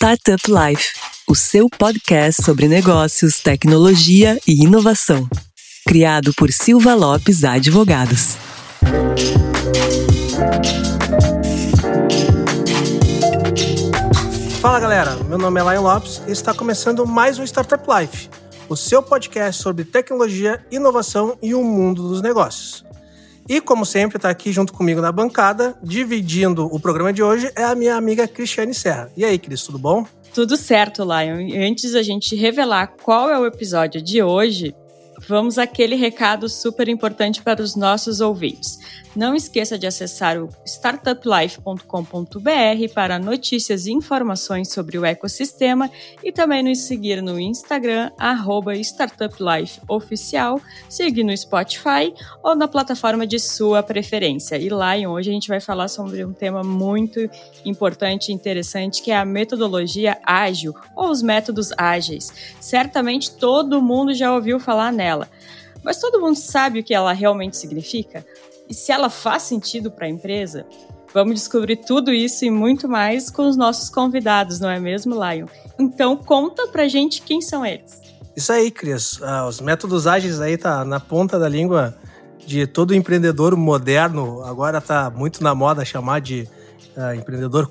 Startup Life, o seu podcast sobre negócios, tecnologia e inovação. Criado por Silva Lopes Advogados. Fala galera, meu nome é Lion Lopes e está começando mais um Startup Life, o seu podcast sobre tecnologia, inovação e o mundo dos negócios. E como sempre, está aqui junto comigo na bancada, dividindo o programa de hoje, é a minha amiga Cristiane Serra. E aí, Cris, tudo bom? Tudo certo, Lion. E antes da gente revelar qual é o episódio de hoje, vamos àquele recado super importante para os nossos ouvintes. Não esqueça de acessar o startuplife.com.br para notícias e informações sobre o ecossistema e também nos seguir no Instagram, @startuplifeoficial, seguir no Spotify ou na plataforma de sua preferência. E Lion, hoje a gente vai falar sobre um tema muito importante e interessante, que é a metodologia ágil ou os métodos ágeis. Certamente todo mundo já ouviu falar nela, mas todo mundo sabe o que ela realmente significa? E se ela faz sentido para a empresa? Vamos descobrir tudo isso e muito mais com os nossos convidados, não é mesmo, Lion? Então conta pra gente quem são eles. Isso aí, Cris. Os métodos ágeis aí tá na ponta da língua de todo empreendedor moderno. Agora tá muito na moda chamar de empreendedor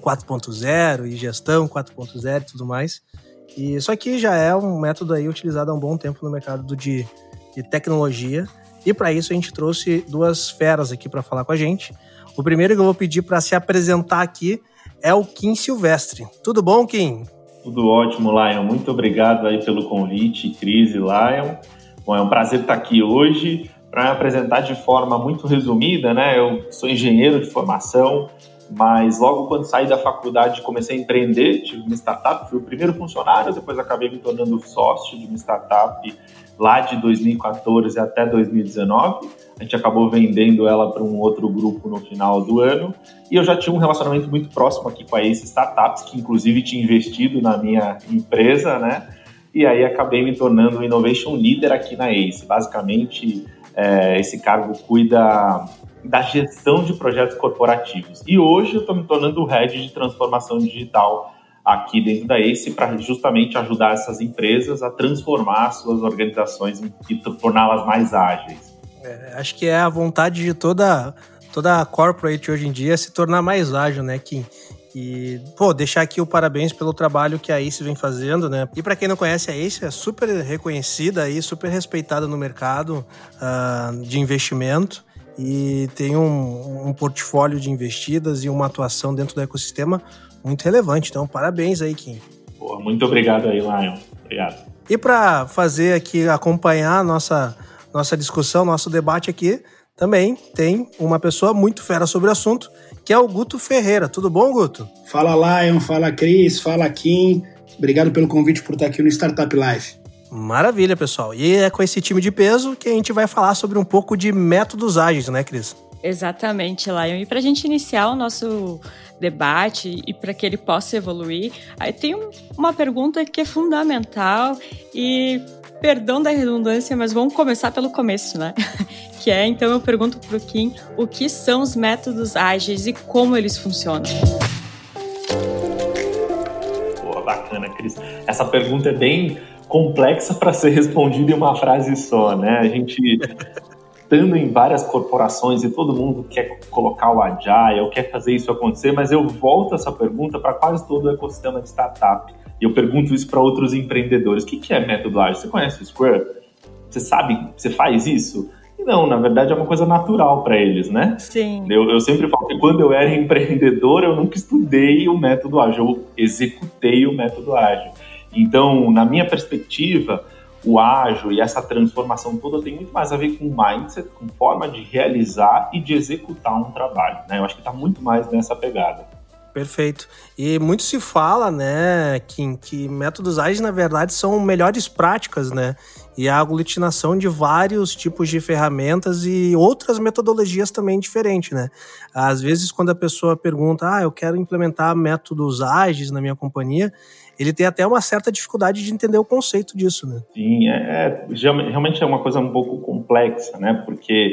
4.0 e gestão 4.0 e tudo mais. E isso aqui já é um método aí utilizado há um bom tempo no mercado de tecnologia. E para isso a gente trouxe duas feras aqui para falar com a gente. O primeiro que eu vou pedir para se apresentar aqui é o Kim Silvestre. Tudo bom, Kim? Tudo ótimo, Lion. Muito obrigado aí pelo convite, Cris e Lion. Bom, é um prazer estar aqui hoje para me apresentar de forma muito resumida, né? Eu sou engenheiro de formação, mas logo quando saí da faculdade comecei a empreender, tive uma startup, fui o primeiro funcionário, depois acabei me tornando sócio de uma startup lá de 2014 até 2019. A gente acabou vendendo ela para um outro grupo no final do ano. E eu já tinha um relacionamento muito próximo aqui com a Ace Startups, que inclusive tinha investido na minha empresa, né? E aí acabei me tornando um Innovation Leader aqui na Ace. Basicamente, esse cargo cuida da gestão de projetos corporativos. E hoje eu estou me tornando o Head de Transformação Digital aqui dentro da Ace para justamente ajudar essas empresas a transformar suas organizações e torná-las mais ágeis. Acho que é a vontade de toda corporate hoje em dia se tornar mais ágil, né, Kim? E, deixar aqui o parabéns pelo trabalho que a Ace vem fazendo, né? E para quem não conhece, a Ace é super reconhecida e super respeitada no mercado de investimento e tem um portfólio de investidas e uma atuação dentro do ecossistema muito relevante. Então, parabéns aí, Kim. Boa, muito obrigado aí, Lion. Obrigado. E para fazer aqui, acompanhar a nossa discussão, nosso debate aqui, também tem uma pessoa muito fera sobre o assunto, que é o Guto Ferreira. Tudo bom, Guto? Fala, Lion. Fala, Cris. Fala, Kim. Obrigado pelo convite por estar aqui no Startup Life. Maravilha, pessoal. E é com esse time de peso que a gente vai falar sobre um pouco de métodos ágeis, né, Cris? Exatamente, Lion. E para a gente iniciar o nosso debate e para que ele possa evoluir, aí tem uma pergunta que é fundamental e, perdão da redundância, mas vamos começar pelo começo, né? Que é, então eu pergunto para o Kim, o que são os métodos ágeis e como eles funcionam? Boa, bacana, Cris. Essa pergunta é bem complexa para ser respondida em uma frase só, né? A gente estando em várias corporações e todo mundo quer colocar o Agile, quer fazer isso acontecer, mas eu volto essa pergunta para quase todo o ecossistema de startup. E eu pergunto isso para outros empreendedores. O que é método ágil? Você conhece o Scrum? Você sabe, você faz isso? E não, na verdade é uma coisa natural para eles, né? Sim. Eu sempre falo que quando eu era empreendedor, eu nunca estudei o método ágil, eu executei o método ágil. Então, na minha perspectiva, o ágil e essa transformação toda tem muito mais a ver com mindset, com forma de realizar e de executar um trabalho, né? Eu acho que está muito mais nessa pegada. Perfeito. E muito se fala, né, Kim, que métodos ágeis, na verdade, são melhores práticas, né? E a aglutinação de vários tipos de ferramentas e outras metodologias também diferentes, né? Às vezes, quando a pessoa pergunta, eu quero implementar métodos ágeis na minha companhia, ele tem até uma certa dificuldade de entender o conceito disso, né? Sim, realmente é uma coisa um pouco complexa, né? Porque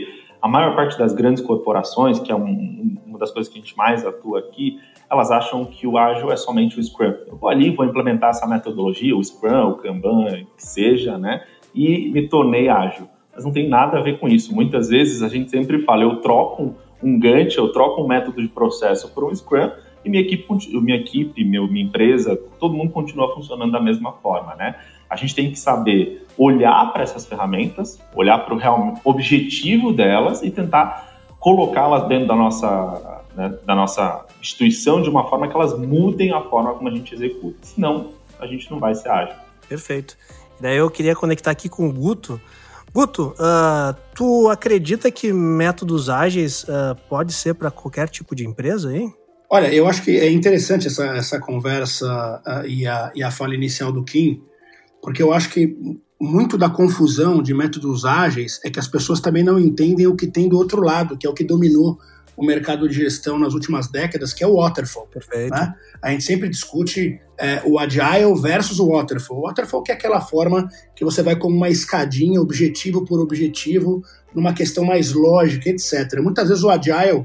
A maior parte das grandes corporações, que é uma das coisas que a gente mais atua aqui, elas acham que o ágil é somente o Scrum. Eu vou ali, vou implementar essa metodologia, o Scrum, o Kanban, que seja, né? E me tornei ágil. Mas não tem nada a ver com isso. Muitas vezes a gente sempre fala, eu troco um Gantt, eu troco um método de processo por um Scrum e minha equipe, minha empresa, todo mundo continua funcionando da mesma forma, né? A gente tem que saber olhar para essas ferramentas, olhar para o real objetivo delas e tentar colocá-las dentro da nossa instituição de uma forma que elas mudem a forma como a gente executa. Senão, a gente não vai ser ágil. Perfeito. E daí eu queria conectar aqui com o Guto. Guto, tu acredita que métodos ágeis pode ser para qualquer tipo de empresa, hein? Olha, eu acho que é interessante essa conversa e a fala inicial do Kim, porque eu acho que muito da confusão de métodos ágeis é que as pessoas também não entendem o que tem do outro lado, que é o que dominou o mercado de gestão nas últimas décadas, que é o Waterfall. Perfeito. Né? A gente sempre discute o Agile versus o Waterfall. O Waterfall que é aquela forma que você vai como uma escadinha, objetivo por objetivo, numa questão mais lógica, etc. Muitas vezes o Agile,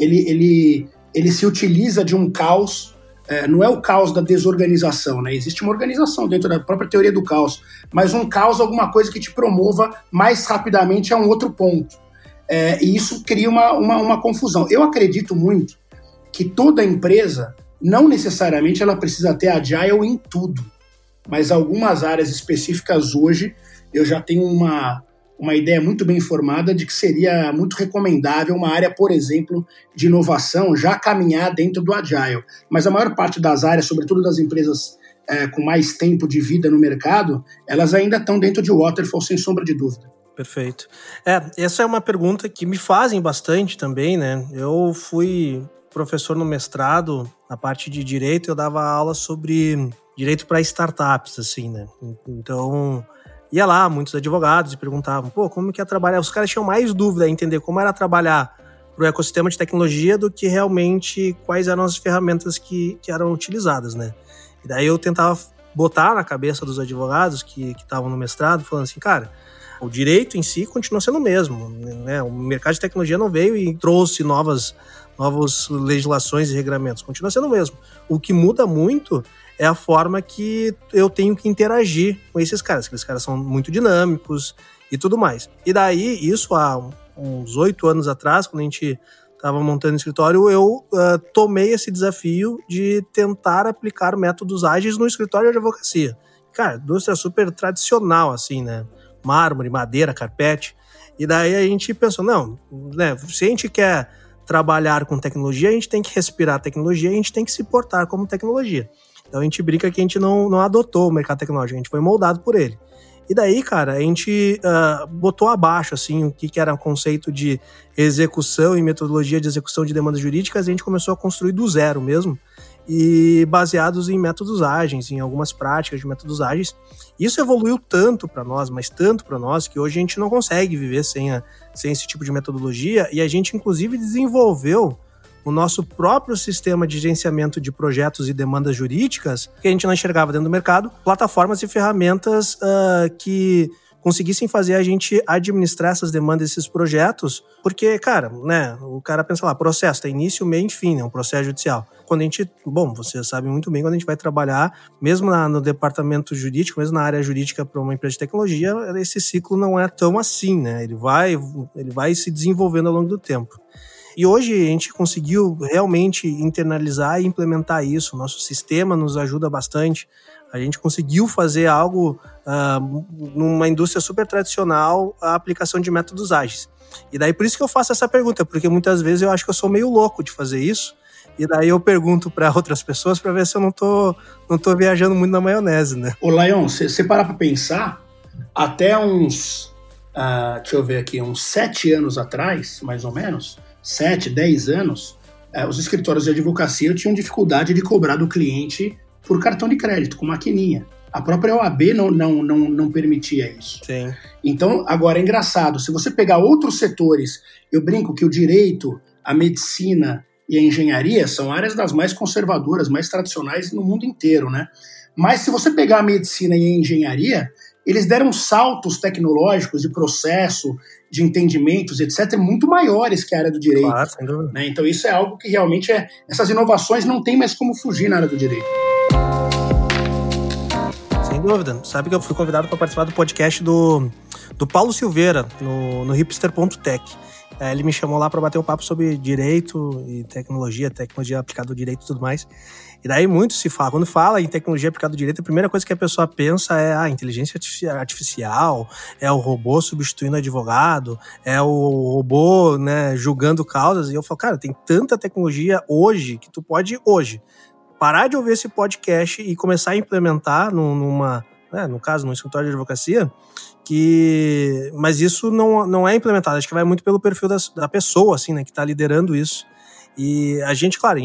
ele se utiliza de um caos, não é o caos da desorganização, né? Existe uma organização dentro da própria teoria do caos, mas um caos é alguma coisa que te promova mais rapidamente a um outro ponto. E isso cria uma confusão. Eu acredito muito que toda empresa, não necessariamente ela precisa ter Agile em tudo, mas algumas áreas específicas hoje, eu já tenho uma ideia muito bem formada de que seria muito recomendável uma área, por exemplo, de inovação já caminhar dentro do Agile. Mas a maior parte das áreas, sobretudo das empresas com mais tempo de vida no mercado, elas ainda estão dentro de Waterfall, sem sombra de dúvida. Perfeito. Essa é uma pergunta que me fazem bastante também, né? Eu fui professor no mestrado, na parte de direito, eu dava aula sobre direito para startups, assim, né? Então, ia lá, muitos advogados e perguntavam, como que é trabalhar? Os caras tinham mais dúvida em entender como era trabalhar para o ecossistema de tecnologia do que realmente quais eram as ferramentas que eram utilizadas, né? E daí eu tentava botar na cabeça dos advogados que estavam no mestrado, falando assim, cara, o direito em si continua sendo o mesmo, né? O mercado de tecnologia não veio e trouxe novas legislações e regramentos, continua sendo o mesmo. O que muda muito é a forma que eu tenho que interagir com esses caras, que esses caras são muito dinâmicos e tudo mais. E daí, isso há uns 8 anos atrás, quando a gente estava montando o escritório, eu tomei esse desafio de tentar aplicar métodos ágeis no escritório de advocacia. Cara, indústria super tradicional, assim, né? Mármore, madeira, carpete. E daí a gente pensou, não, né? Se a gente quer trabalhar com tecnologia, a gente tem que respirar tecnologia, a gente tem que se portar como tecnologia. Então a gente brinca que a gente não adotou o mercado tecnológico, a gente foi moldado por ele. E daí, cara, a gente botou abaixo, assim, o que era o conceito de execução e metodologia de execução de demandas jurídicas, e a gente começou a construir do zero mesmo, e baseados em métodos ágeis, em algumas práticas de métodos ágeis. Isso evoluiu tanto para nós, mas tanto para nós, que hoje a gente não consegue viver sem esse tipo de metodologia, e a gente, inclusive, desenvolveu o nosso próprio sistema de gerenciamento de projetos e demandas jurídicas, que a gente não enxergava dentro do mercado, plataformas e ferramentas que conseguissem fazer a gente administrar essas demandas, esses projetos, porque, cara, né, o cara pensa lá, processo, tem início, meio e fim, né, um processo judicial. Quando a gente, você sabe muito bem, quando a gente vai trabalhar, mesmo no departamento jurídico, mesmo na área jurídica para uma empresa de tecnologia, esse ciclo não é tão assim, né, ele vai se desenvolvendo ao longo do tempo. E hoje a gente conseguiu realmente internalizar e implementar isso. O nosso sistema nos ajuda bastante. A gente conseguiu fazer algo numa indústria super tradicional, a aplicação de métodos ágeis. E daí por isso que eu faço essa pergunta, porque muitas vezes eu acho que eu sou meio louco de fazer isso. E daí eu pergunto para outras pessoas para ver se eu não tô viajando muito na maionese, né? Ô, Lion, você parar para pensar, até uns 7 anos atrás, mais ou menos, 7, 10 anos, os escritórios de advocacia tinham dificuldade de cobrar do cliente por cartão de crédito, com maquininha. A própria OAB não permitia isso. Sim. Então, agora é engraçado, se você pegar outros setores, eu brinco que o direito, a medicina e a engenharia são áreas das mais conservadoras, mais tradicionais no mundo inteiro, né? Mas se você pegar a medicina e a engenharia, eles deram saltos tecnológicos de processo, de entendimentos, etc., muito maiores que a área do direito. Claro, sem dúvida. Né? Então isso é algo que realmente essas inovações não tem mais como fugir na área do direito. Sem dúvida. Sabe que eu fui convidado para participar do podcast do Paulo Silveira, no hipster.tech. Ele me chamou lá para bater um papo sobre direito e tecnologia aplicada ao direito e tudo mais. E daí muito se fala. Quando fala em tecnologia aplicada ao direito, a primeira coisa que a pessoa pensa é a inteligência artificial, é o robô substituindo o advogado, é o robô, né, julgando causas. E eu falo, cara, tem tanta tecnologia hoje que tu pode hoje parar de ouvir esse podcast e começar a implementar no caso, no escritório de advocacia, mas isso não é implementado. Acho que vai muito pelo perfil da pessoa, assim, né, que está liderando isso. E a gente, claro, a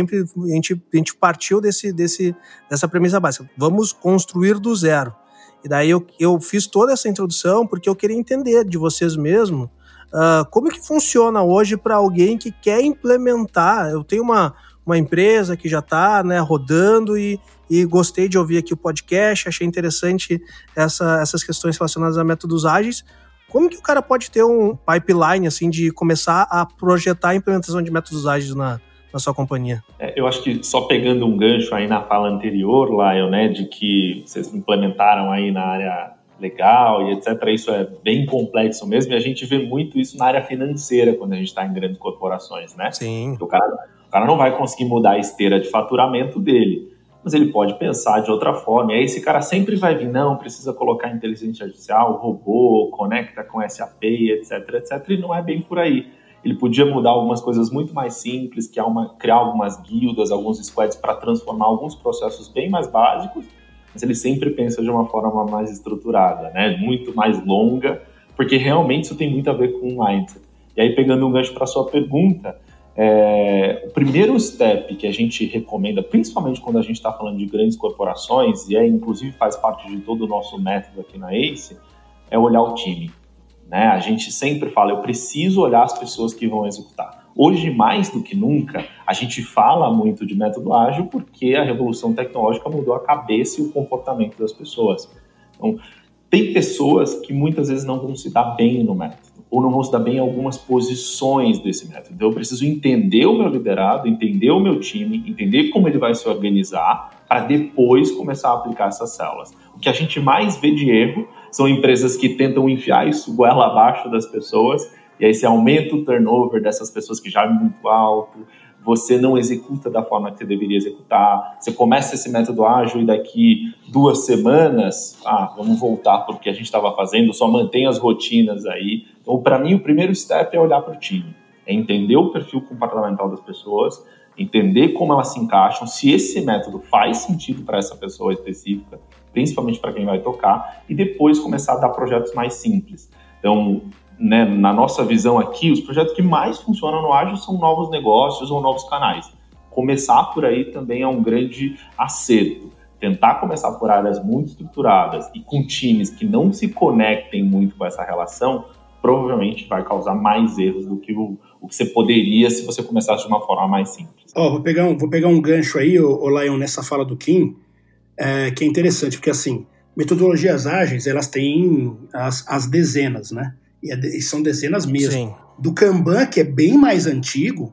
gente partiu dessa premissa básica. Vamos construir do zero. E daí eu fiz toda essa introdução porque eu queria entender de vocês mesmos como que funciona hoje para alguém que quer implementar. Eu tenho uma empresa que já está, né, rodando e gostei de ouvir aqui o podcast, achei interessante essas questões relacionadas a métodos ágeis. Como que o cara pode ter um pipeline assim, de começar a projetar a implementação de métodos ágeis na sua companhia? Eu acho que só pegando um gancho aí na fala anterior, Lion, né, de que vocês implementaram aí na área legal e etc., isso é bem complexo mesmo, e a gente vê muito isso na área financeira quando a gente está em grandes corporações, né? Sim. O cara não vai conseguir mudar a esteira de faturamento dele, mas ele pode pensar de outra forma. E aí esse cara sempre vai vir, não, precisa colocar inteligência artificial, robô, conecta com SAP, etc., etc., e não é bem por aí. Ele podia mudar algumas coisas muito mais simples, criar algumas guildas, alguns squads para transformar alguns processos bem mais básicos, mas ele sempre pensa de uma forma mais estruturada, né? Muito mais longa, porque realmente isso tem muito a ver com o mindset. E aí, pegando um gancho para a sua pergunta, o primeiro step que a gente recomenda, principalmente quando a gente está falando de grandes corporações, e inclusive faz parte de todo o nosso método aqui na ACE, é olhar o time. Né? A gente sempre fala, eu preciso olhar as pessoas que vão executar. Hoje, mais do que nunca, a gente fala muito de método ágil porque a revolução tecnológica mudou a cabeça e o comportamento das pessoas. Então, tem pessoas que muitas vezes não vão se dar bem no método, ou não vão se dar bem em algumas posições desse método. Então, eu preciso entender o meu liderado, entender o meu time, entender como ele vai se organizar, para depois começar a aplicar essas células. O que a gente mais vê de erro são empresas que tentam enfiar isso goela abaixo das pessoas, e aí você aumenta o turnover dessas pessoas que já é muito alto, você não executa da forma que você deveria executar, você começa esse método ágil e daqui 2 semanas, vamos voltar para o que a gente estava fazendo, só mantém as rotinas aí. Então, para mim, o primeiro step é olhar para o time, é entender o perfil comportamental das pessoas, entender como elas se encaixam, se esse método faz sentido para essa pessoa específica, principalmente para quem vai tocar, e depois começar a dar projetos mais simples. Então, né, na nossa visão aqui, os projetos que mais funcionam no ágil são novos negócios ou novos canais. Começar por aí também é um grande acerto. Tentar começar por áreas muito estruturadas e com times que não se conectem muito com essa relação, provavelmente vai causar mais erros do que o que você poderia se você começasse de uma forma mais simples. Vou pegar um gancho aí, Lion, nessa fala do Kim, que é interessante, porque assim, metodologias ágeis, elas têm as dezenas, né? E são dezenas mesmo. Sim. Do Kanban, que é bem mais antigo,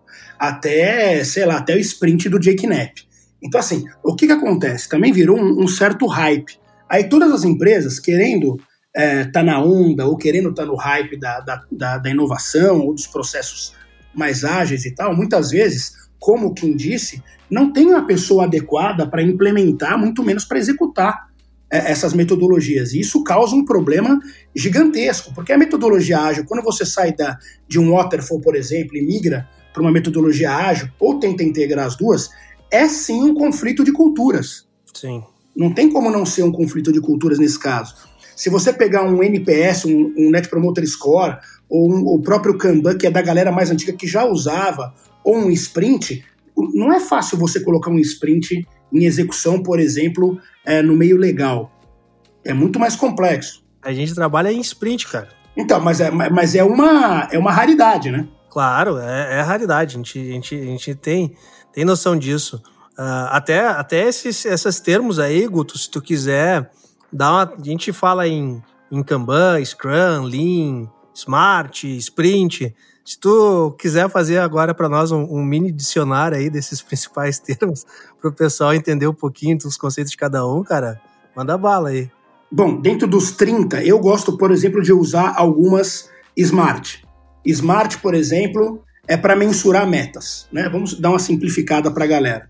até o sprint do Jake Knapp. Então, assim, o que acontece? Também virou um certo hype. Aí todas as empresas querendo tá na onda, ou querendo estar no hype da inovação, ou dos processos mais ágeis e tal, muitas vezes, como o Kim disse, não tem uma pessoa adequada para implementar, muito menos para executar essas metodologias. E isso causa um problema gigantesco, porque a metodologia ágil, quando você sai de um waterfall, por exemplo, e migra para uma metodologia ágil, ou tenta integrar as duas, é sim um conflito de culturas. Sim. Não tem como não ser um conflito de culturas nesse caso. Se você pegar um NPS, um Net Promoter Score, ou o próprio Kanban, que é da galera mais antiga que já usava, ou um sprint, não é fácil você colocar um sprint em execução, por exemplo, no meio legal. É muito mais complexo. A gente trabalha em sprint, cara. Então, mas é uma raridade, né? Claro, é raridade. A gente tem noção disso. Até esses termos aí, Guto, se tu quiser A gente fala em Kanban, Scrum, Lean, Smart, Sprint. Se tu quiser fazer agora para nós um mini dicionário aí desses principais termos, para o pessoal entender um pouquinho dos conceitos de cada um, cara, manda bala aí. Bom, dentro dos 30, eu gosto, por exemplo, de usar algumas Smart. Smart, por exemplo, é para mensurar metas, né? Vamos dar uma simplificada para a galera.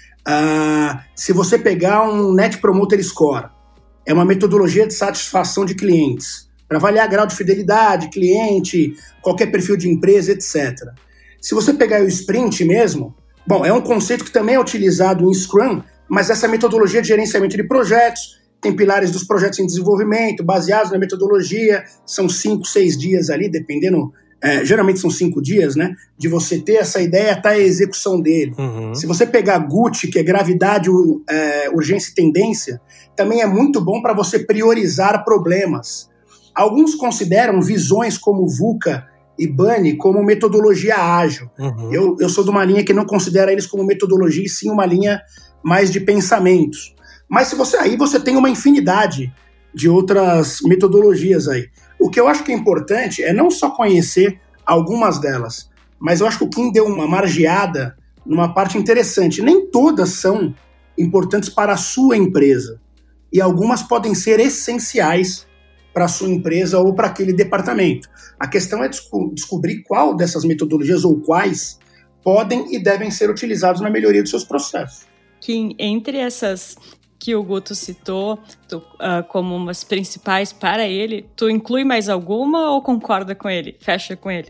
Se você pegar um Net Promoter Score, é uma metodologia de satisfação de clientes, para avaliar grau de fidelidade, cliente, qualquer perfil de empresa, etc. Se você pegar o Sprint mesmo, bom, é um conceito que também é utilizado em Scrum, mas essa metodologia de gerenciamento de projetos, tem pilares dos projetos em desenvolvimento, baseados na metodologia, são 5, 6 dias ali, dependendo, geralmente são 5 dias, né, de você ter essa ideia até a execução dele. Uhum. Se você pegar GUT, que é gravidade, urgência e tendência, também é muito bom para você priorizar problemas. Alguns consideram visões como VUCA e BANI como metodologia ágil. Uhum. Eu sou de uma linha que não considera eles como metodologia, e sim uma linha mais de pensamentos. Mas aí você tem uma infinidade de outras metodologias aí. O que eu acho que é importante é não só conhecer algumas delas, mas eu acho que o Kim deu uma margeada numa parte interessante. Nem todas são importantes para a sua empresa, e algumas podem ser essenciais para a sua empresa ou para aquele departamento. A questão é descobrir qual dessas metodologias ou quais podem e devem ser utilizados na melhoria dos seus processos. Kim, entre essas que o Guto citou como umas principais para ele, tu inclui mais alguma ou concorda com ele? Fecha com ele?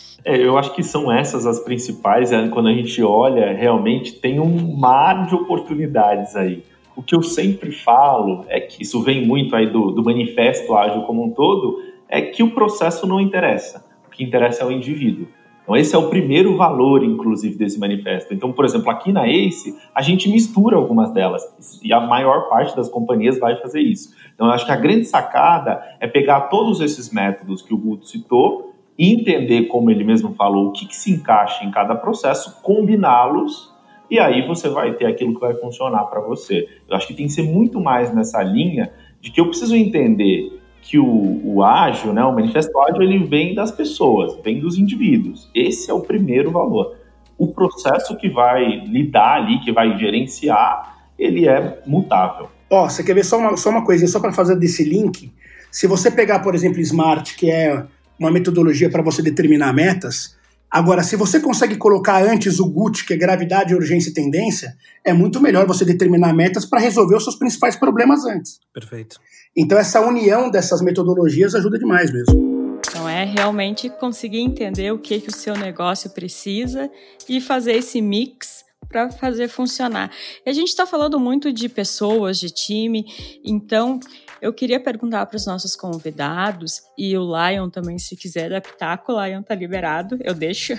Eu acho que são essas as principais. Quando a gente olha, realmente tem um mar de oportunidades aí. O que eu sempre falo é que isso vem muito aí do manifesto ágil como um todo, é que o processo não interessa. O que interessa é o indivíduo. Então esse é o primeiro valor, inclusive, desse manifesto. Então, por exemplo, aqui na ACE, a gente mistura algumas delas, e a maior parte das companhias vai fazer isso. Então eu acho que a grande sacada é pegar todos esses métodos que o Guto citou e entender, como ele mesmo falou, o que se encaixa em cada processo, combiná-los, e aí você vai ter aquilo que vai funcionar para você. Eu acho que tem que ser muito mais nessa linha de que eu preciso entender que o ágil, né, o manifesto ágil, ele vem das pessoas, vem dos indivíduos. Esse é o primeiro valor. O processo que vai lidar ali, que vai gerenciar, ele é mutável. Você quer ver só uma coisa, só para fazer desse link? Se você pegar, por exemplo, Smart, que é uma metodologia para você determinar metas, agora, se você consegue colocar antes o GUT, que é gravidade, urgência e tendência, é muito melhor você determinar metas para resolver os seus principais problemas antes. Perfeito. Então, essa união dessas metodologias ajuda demais mesmo. Então, é realmente conseguir entender o que o seu negócio precisa e fazer esse mix para fazer funcionar. E a gente está falando muito de pessoas, de time, então eu queria perguntar para os nossos convidados, e o Lion também, se quiser dar pitaco, o Lion tá liberado, eu deixo,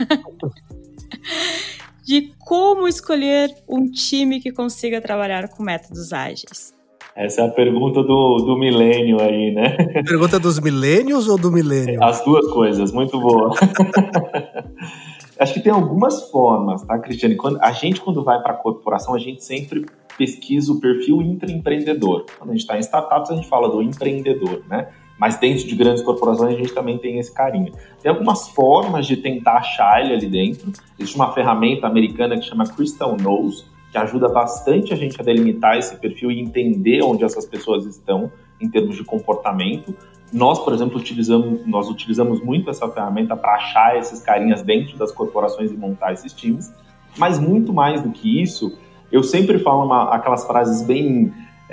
de como escolher um time que consiga trabalhar com métodos ágeis. Essa é a pergunta do milênio aí, né? Pergunta dos milênios ou do milênio? As duas coisas, muito boa. Acho que tem algumas formas, tá, Cristiane? Quando vai para a corporação, a gente sempre pesquisa o perfil intraempreendedor. Quando a gente está em startups, a gente fala do empreendedor, né? Mas dentro de grandes corporações, a gente também tem esse carinho. Tem algumas formas de tentar achar ele ali dentro. Existe uma ferramenta americana que chama Crystal Knows, que ajuda bastante a gente a delimitar esse perfil e entender onde essas pessoas estão em termos de comportamento. Nós, por exemplo, utilizamos muito essa ferramenta para achar esses carinhas dentro das corporações e montar esses times. Mas muito mais do que isso, eu sempre falo aquelas frases bem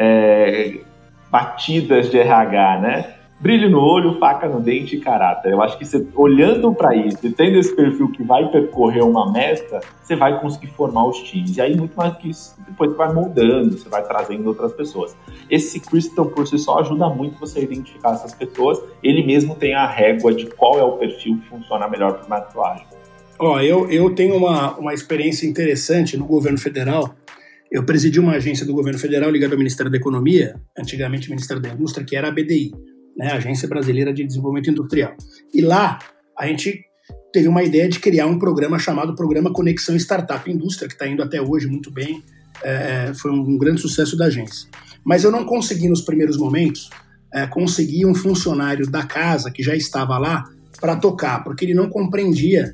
batidas de RH, né? Brilho no olho, faca no dente e caráter. Eu acho que você, olhando para isso e tendo esse perfil que vai percorrer uma meta, você vai conseguir formar os times. E aí, muito mais do que isso, depois você vai moldando, você vai trazendo outras pessoas. Esse Crystal, por si só, ajuda muito você a identificar essas pessoas. Ele mesmo tem a régua de qual é o perfil que funciona melhor para o método ágil. Eu tenho uma experiência interessante no governo federal. Eu presidi uma agência do governo federal ligada ao Ministério da Economia, antigamente Ministério da Indústria, que era a BDI, né, Agência Brasileira de Desenvolvimento Industrial. E lá a gente teve uma ideia de criar um programa chamado Programa Conexão Startup Indústria, que está indo até hoje muito bem, foi um grande sucesso da agência. Mas eu não consegui, nos primeiros momentos, conseguir um funcionário da casa que já estava lá para tocar, porque ele não compreendia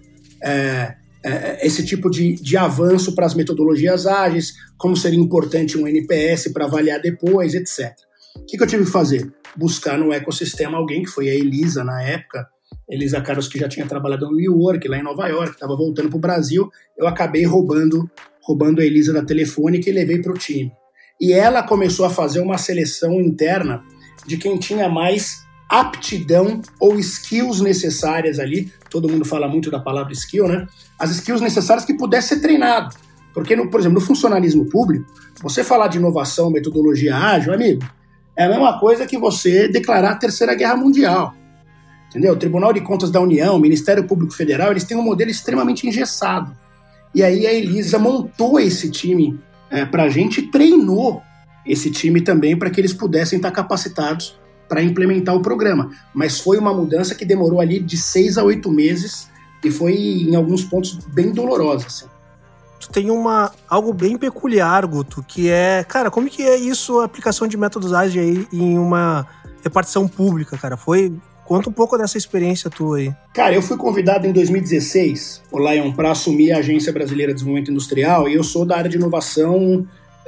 esse tipo de avanço para as metodologias ágeis, como seria importante um NPS para avaliar depois, etc. O que eu tive que fazer? Buscar no ecossistema alguém, que foi a Elisa na época, Elisa Carlos, que já tinha trabalhado no WeWork, lá em Nova York, estava voltando para o Brasil. Eu acabei roubando a Elisa da Telefônica e levei para o time. E ela começou a fazer uma seleção interna de quem tinha mais aptidão ou skills necessárias ali. Todo mundo fala muito da palavra skill, né? As skills necessárias que pudesse ser treinado. Porque, por exemplo, no funcionalismo público, você falar de inovação, metodologia ágil, amigo, é a mesma coisa que você declarar a Terceira Guerra Mundial. Entendeu? O Tribunal de Contas da União, o Ministério Público Federal, eles têm um modelo extremamente engessado. E aí a Elisa montou esse time para a gente e treinou esse time também para que eles pudessem estar capacitados para implementar o programa. Mas foi uma mudança que demorou ali de 6 a 8 meses e foi, em alguns pontos, bem dolorosa, assim. Tu tem algo bem peculiar, Guto, que é... Cara, como que é isso, a aplicação de métodos ágeis aí em uma repartição pública, cara? Conta um pouco dessa experiência tua aí. Cara, eu fui convidado em 2016, o Lion, para assumir a Agência Brasileira de Desenvolvimento Industrial, e eu sou da área de inovação,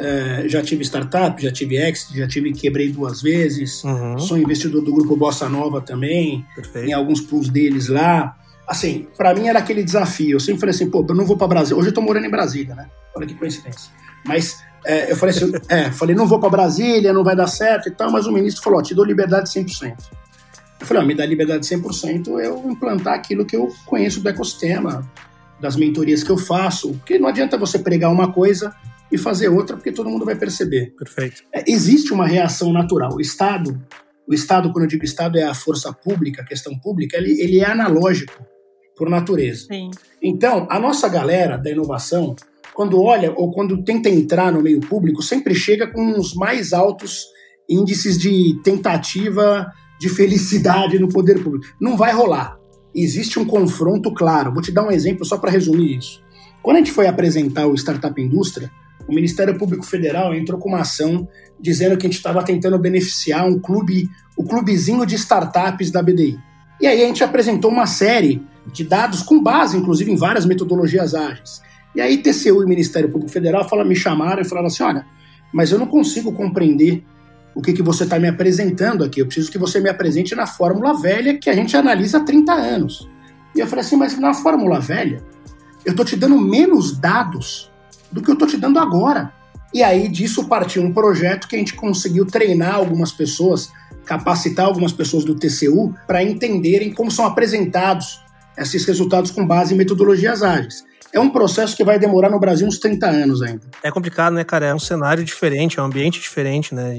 já tive startup, já tive exit, quebrei 2 vezes, sou investidor do grupo Bossa Nova também, Perfeito. Em alguns pools deles lá. Assim, pra mim era aquele desafio. Eu sempre falei assim, eu não vou pra Brasília. Hoje eu tô morando em Brasília, né? Olha que coincidência. Mas eu falei assim, não vou pra Brasília, não vai dar certo e tal, mas o ministro falou, te dou liberdade 100%. Eu falei, me dá liberdade 100% eu implantar aquilo que eu conheço do ecossistema, das mentorias que eu faço, porque não adianta você pregar uma coisa e fazer outra, porque todo mundo vai perceber. Perfeito. Existe uma reação natural. O Estado, quando eu digo Estado, é a força pública, a questão pública, ele é analógico por natureza. Sim. Então, a nossa galera da inovação, quando olha ou quando tenta entrar no meio público, sempre chega com os mais altos índices de tentativa de felicidade no poder público. Não vai rolar. Existe um confronto claro. Vou te dar um exemplo só para resumir isso. Quando a gente foi apresentar o Startup Indústria, o Ministério Público Federal entrou com uma ação dizendo que a gente estava tentando beneficiar o clubezinho de startups da BDI. E aí a gente apresentou uma série de dados com base, inclusive, em várias metodologias ágeis. E aí TCU e Ministério Público Federal me chamaram e falaram assim, olha, mas eu não consigo compreender o que você está me apresentando aqui. Eu preciso que você me apresente na fórmula velha que a gente analisa há 30 anos. E eu falei assim, mas na fórmula velha, eu estou te dando menos dados do que eu estou te dando agora. E aí disso partiu um projeto que a gente conseguiu treinar algumas pessoas, capacitar algumas pessoas do TCU para entenderem como são apresentados esses resultados com base em metodologias ágeis. É um processo que vai demorar no Brasil uns 30 anos ainda. É complicado, né, cara? É um cenário diferente, é um ambiente diferente, né?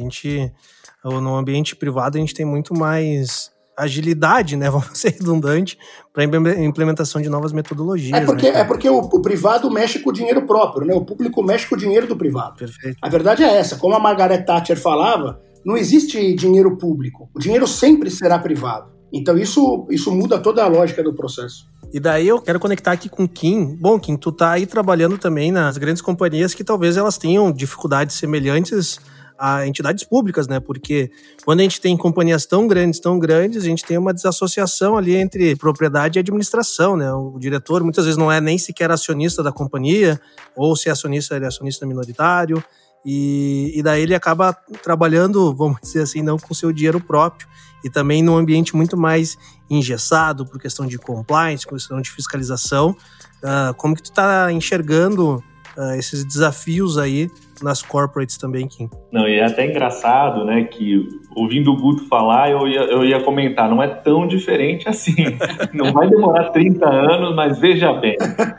No ambiente privado, a gente tem muito mais agilidade, né? Vamos ser redundante, para implementação de novas metodologias. É porque o privado mexe com o dinheiro próprio, né? O público mexe com o dinheiro do privado. Perfeito. A verdade é essa. Como a Margaret Thatcher falava, não existe dinheiro público. O dinheiro sempre será privado. Então isso muda toda a lógica do processo. E daí eu quero conectar aqui com o Kim. Bom, Kim, tu tá aí trabalhando também nas grandes companhias que talvez elas tenham dificuldades semelhantes a entidades públicas, né? Porque quando a gente tem companhias tão grandes, a gente tem uma desassociação ali entre propriedade e administração, né? O diretor muitas vezes não é nem sequer acionista da companhia, ou se é acionista, ele é acionista minoritário, e daí ele acaba trabalhando, vamos dizer assim, não com seu dinheiro próprio, e também num ambiente muito mais engessado por questão de compliance, por questão de fiscalização. Como que tu tá enxergando esses desafios aí nas corporates também, Kim? Não, e é até engraçado, né, que ouvindo o Guto falar, eu ia comentar, não é tão diferente assim. Não vai demorar 30 anos, mas veja bem.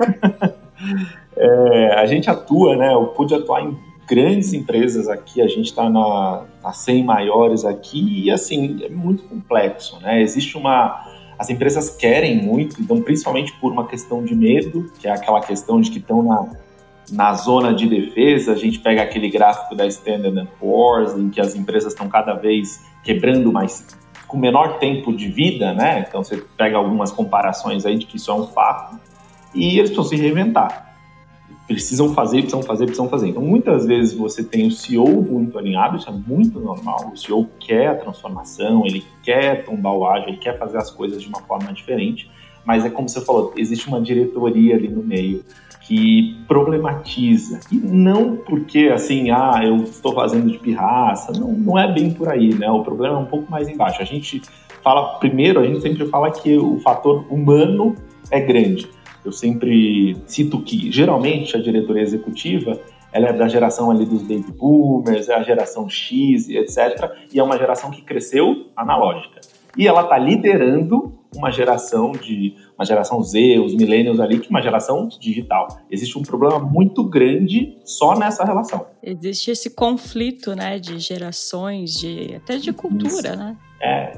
A gente atua, né, eu pude atuar em grandes empresas aqui, a gente está nas 100 maiores aqui e, assim, é muito complexo, né? As empresas querem muito, então, principalmente por uma questão de medo, que é aquela questão de que estão na zona de defesa. A gente pega aquele gráfico da Standard & Poor's, em que as empresas estão cada vez quebrando mais, com menor tempo de vida, né? Então, você pega algumas comparações aí de que isso é um fato, e eles precisam se reinventar. precisam fazer. Então, muitas vezes você tem o CEO muito alinhado, isso é muito normal. O CEO quer a transformação, ele quer tombar o ágil, ele quer fazer as coisas de uma forma diferente, mas é como você falou, existe uma diretoria ali no meio que problematiza. E não porque, assim, eu estou fazendo de pirraça, não é bem por aí, né? O problema é um pouco mais embaixo. A gente sempre fala que o fator humano é grande. Eu sempre cito que, geralmente, a diretoria executiva, ela é da geração ali dos baby boomers, é a geração X, etc. E é uma geração que cresceu analógica. E ela está liderando uma geração Z, os millennials ali, que é uma geração digital. Existe um problema muito grande só nessa relação. Existe esse conflito, né, de gerações, até de cultura, isso, né?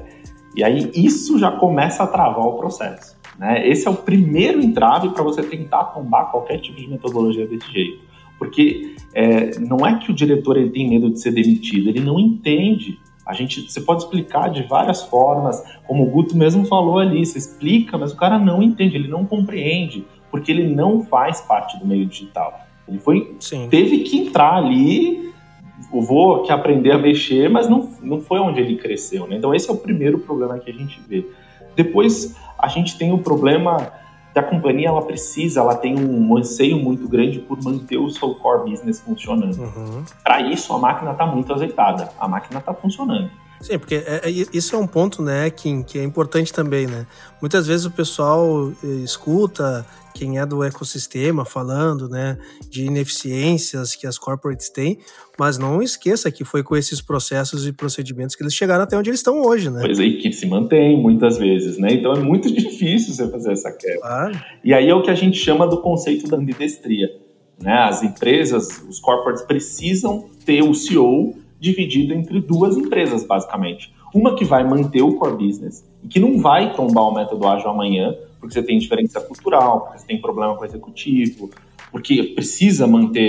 E aí isso já começa a travar o processo, né? Esse é o primeiro entrave para você tentar tombar qualquer tipo de metodologia desse jeito. Porque não é que o diretor ele tem medo de ser demitido, ele não entende. Você pode explicar de várias formas, como o Guto mesmo falou ali, você explica, mas o cara não entende, ele não compreende, porque ele não faz parte do meio digital. Ele teve que entrar ali, eu vou aqui aprender a mexer, mas não foi onde ele cresceu, né? Então esse é o primeiro problema que a gente vê. Depois a gente tem o problema da companhia, ela tem um anseio muito grande por manter o seu core business funcionando. Uhum. Para isso, a máquina está muito azeitada, a máquina está funcionando. Sim, porque isso é um ponto, né, Kim, que é importante também, né? Muitas vezes o pessoal escuta quem é do ecossistema falando, né, de ineficiências que as corporates têm, mas não esqueça que foi com esses processos e procedimentos que eles chegaram até onde eles estão hoje, né? Pois é, que se mantém muitas vezes, né? Então é muito difícil você fazer essa quebra. Claro. E aí é o que a gente chama do conceito da ambidestria, né? As empresas, os corporates precisam ter o CEO dividido entre duas empresas, basicamente. Uma que vai manter o core business e que não vai tombar o método ágil amanhã, porque você tem diferença cultural, porque você tem problema com o executivo, porque precisa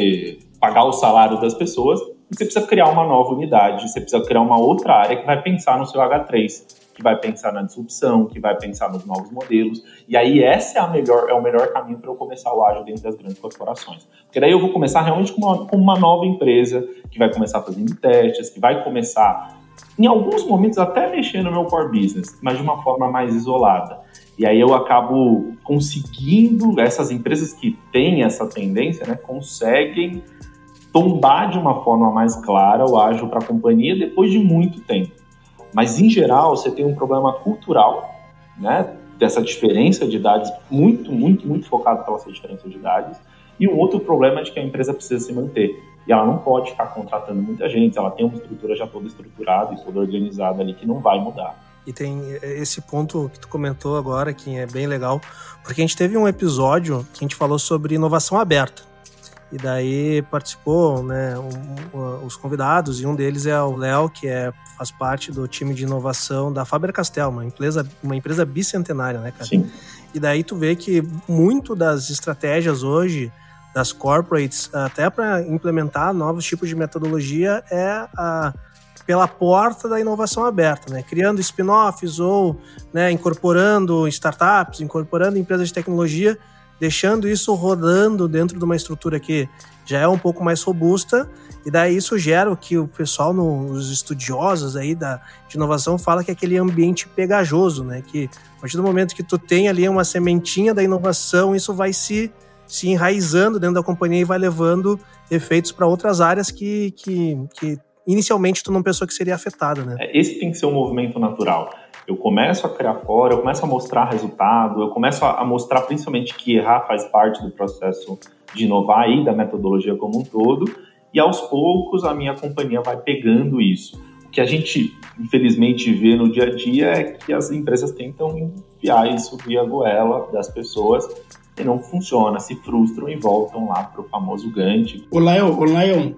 pagar o salário das pessoas, e você precisa criar uma nova unidade, você precisa criar uma outra área que vai pensar no seu H3, que vai pensar na disrupção, que vai pensar nos novos modelos. E aí esse é o melhor caminho para eu começar o ágil dentro das grandes corporações. Porque daí eu vou começar realmente com uma nova empresa, que vai começar fazendo testes, que vai começar, em alguns momentos, até mexer no meu core business, mas de uma forma mais isolada. E aí eu acabo conseguindo, essas empresas que têm essa tendência, né, conseguem tombar de uma forma mais clara o ágil para a companhia depois de muito tempo. Mas, em geral, você tem um problema cultural, né, dessa diferença de idades, muito, muito, muito focado pela sua diferença de idades, e um outro problema é de que a empresa precisa se manter. E ela não pode ficar contratando muita gente, ela tem uma estrutura já toda estruturada e toda organizada ali que não vai mudar. E tem esse ponto que tu comentou agora, que é bem legal, porque a gente teve um episódio que a gente falou sobre inovação aberta. E daí participou, né, os convidados, e um deles é o Léo, que faz parte do time de inovação da Faber-Castell, uma empresa bicentenária, né, cara? Sim. E daí tu vê que muito das estratégias hoje das corporates, até para implementar novos tipos de metodologia, pela porta da inovação aberta, né? Criando spin-offs ou, né, incorporando startups, incorporando empresas de tecnologia, deixando isso rodando dentro de uma estrutura que já é um pouco mais robusta, e daí isso gera o que o pessoal, os estudiosos aí de inovação, fala que é aquele ambiente pegajoso, né? Que a partir do momento que tu tem ali uma sementinha da inovação, isso vai se enraizando dentro da companhia e vai levando efeitos para outras áreas que inicialmente tu não pensou que seria afetada, né? Esse tem que ser um movimento natural. Eu começo a criar fora, eu começo a mostrar resultado, eu começo a mostrar principalmente que errar faz parte do processo de inovar e da metodologia como um todo, e aos poucos a minha companhia vai pegando isso. O que a gente, infelizmente, vê no dia a dia é que as empresas tentam enfiar isso via goela das pessoas e não funciona, se frustram e voltam lá para o famoso Gantt. Ô Lion,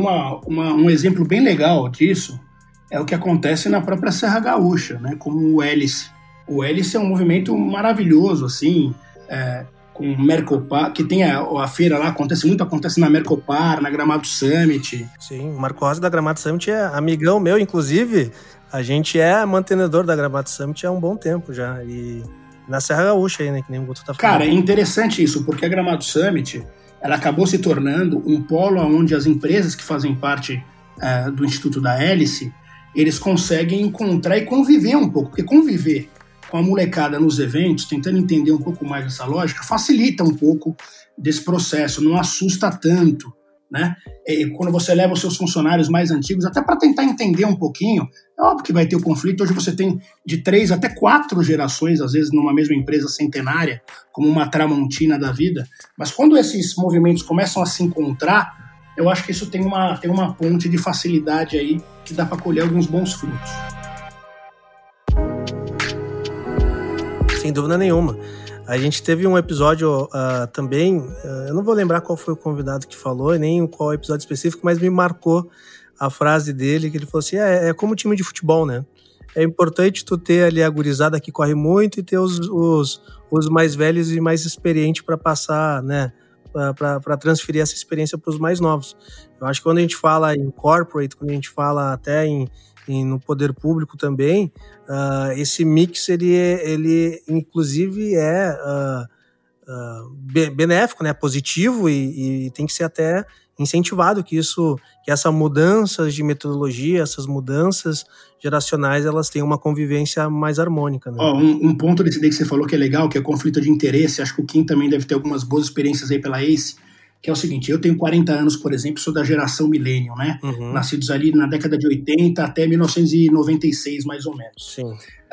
um exemplo bem legal disso é o que acontece na própria Serra Gaúcha, né? Como o Hélice. O Hélice é um movimento maravilhoso, assim, com o Mercopar, que tem a feira lá, acontece na Mercopar, na Gramado Summit. Sim, o Marco Rosa da Gramado Summit é amigão meu, inclusive, a gente é mantenedor da Gramado Summit há um bom tempo já, e na Serra Gaúcha aí, né, que nem o Guto tá falando. Cara, é interessante isso, porque a Gramado Summit, ela acabou se tornando um polo onde as empresas que fazem parte do Instituto da Hélice, eles conseguem encontrar e conviver um pouco, porque conviver com a molecada nos eventos, tentando entender um pouco mais essa lógica, facilita um pouco desse processo, não assusta tanto, né? E quando você leva os seus funcionários mais antigos, até para tentar entender um pouquinho, é óbvio que vai ter o conflito. Hoje você tem de 3 até 4 gerações, às vezes numa mesma empresa centenária, como uma Tramontina da vida, mas quando esses movimentos começam a se encontrar, eu acho que isso tem uma ponte de facilidade aí que dá para colher alguns bons frutos. Sem dúvida nenhuma. A gente teve um episódio também, eu não vou lembrar qual foi o convidado que falou, nem qual episódio específico, mas me marcou a frase dele, que ele falou assim, é como time de futebol, né? É importante tu ter ali a gurizada que corre muito e ter os mais velhos e mais experientes para passar, né? Para transferir essa experiência para os mais novos. Eu acho que quando a gente fala em corporate, quando a gente fala até no poder público também, esse mix, ele inclusive é benéfico, né? Positivo e tem que ser até incentivado que essa mudança de metodologia, essas mudanças geracionais, elas tenham uma convivência mais harmônica, né? Um ponto desse daí que você falou que é legal, que é o conflito de interesse, acho que o Kim também deve ter algumas boas experiências aí pela ACE, que é o seguinte, eu tenho 40 anos, por exemplo, sou da geração millennial, né? Uhum. Nascidos ali na década de 80 até 1996, mais ou menos. Sim.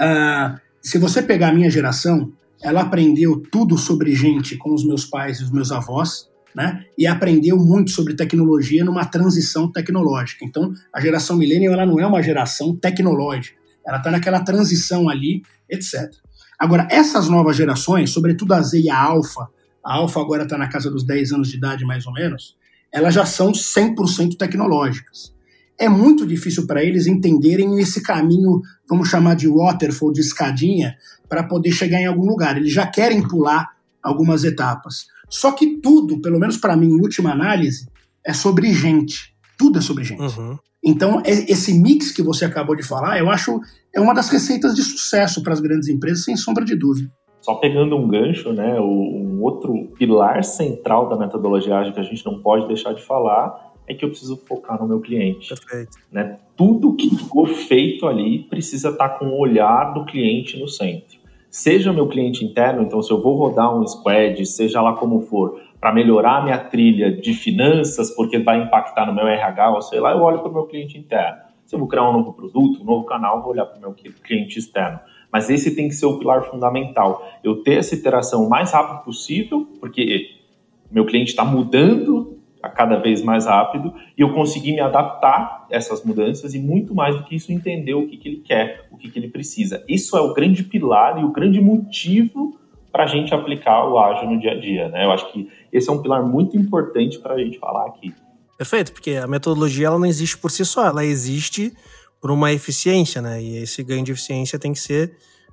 Se você pegar a minha geração, ela aprendeu tudo sobre gente com os meus pais e os meus avós, né? E aprendeu muito sobre tecnologia numa transição tecnológica. Então, a geração millennial, ela não é uma geração tecnológica, ela está naquela transição ali, etc. Agora, essas novas gerações, sobretudo a Z e a Alpha agora está na casa dos 10 anos de idade, mais ou menos, elas já são 100% tecnológicas. É muito difícil para eles entenderem esse caminho, vamos chamar de waterfall, de escadinha, para poder chegar em algum lugar. Eles já querem pular algumas etapas. Só que tudo, pelo menos para mim, em última análise, é sobre gente. Tudo é sobre gente. Uhum. Então, esse mix que você acabou de falar, eu acho, é uma das receitas de sucesso para as grandes empresas, sem sombra de dúvida. Só pegando um gancho, né, um outro pilar central da metodologia ágil que a gente não pode deixar de falar é que eu preciso focar no meu cliente. Perfeito. Né? Tudo que for feito ali precisa estar com o olhar do cliente no centro. Seja o meu cliente interno, então se eu vou rodar um squad, seja lá como for, para melhorar a minha trilha de finanças, porque vai impactar no meu RH, ou sei lá, eu olho para o meu cliente interno. Se eu vou criar um novo produto, um novo canal, eu vou olhar para o meu cliente externo. Mas esse tem que ser o pilar fundamental. Eu ter essa iteração o mais rápido possível, porque meu cliente está mudando a cada vez mais rápido, e eu conseguir me adaptar a essas mudanças e muito mais do que isso, entender o que ele quer, o que ele precisa. Isso é o grande pilar e o grande motivo para a gente aplicar o ágil no dia a dia, né? Eu acho que esse é um pilar muito importante para a gente falar aqui. Perfeito, porque a metodologia ela não existe por si só, ela existe por uma eficiência, né? E esse ganho de eficiência tem que ser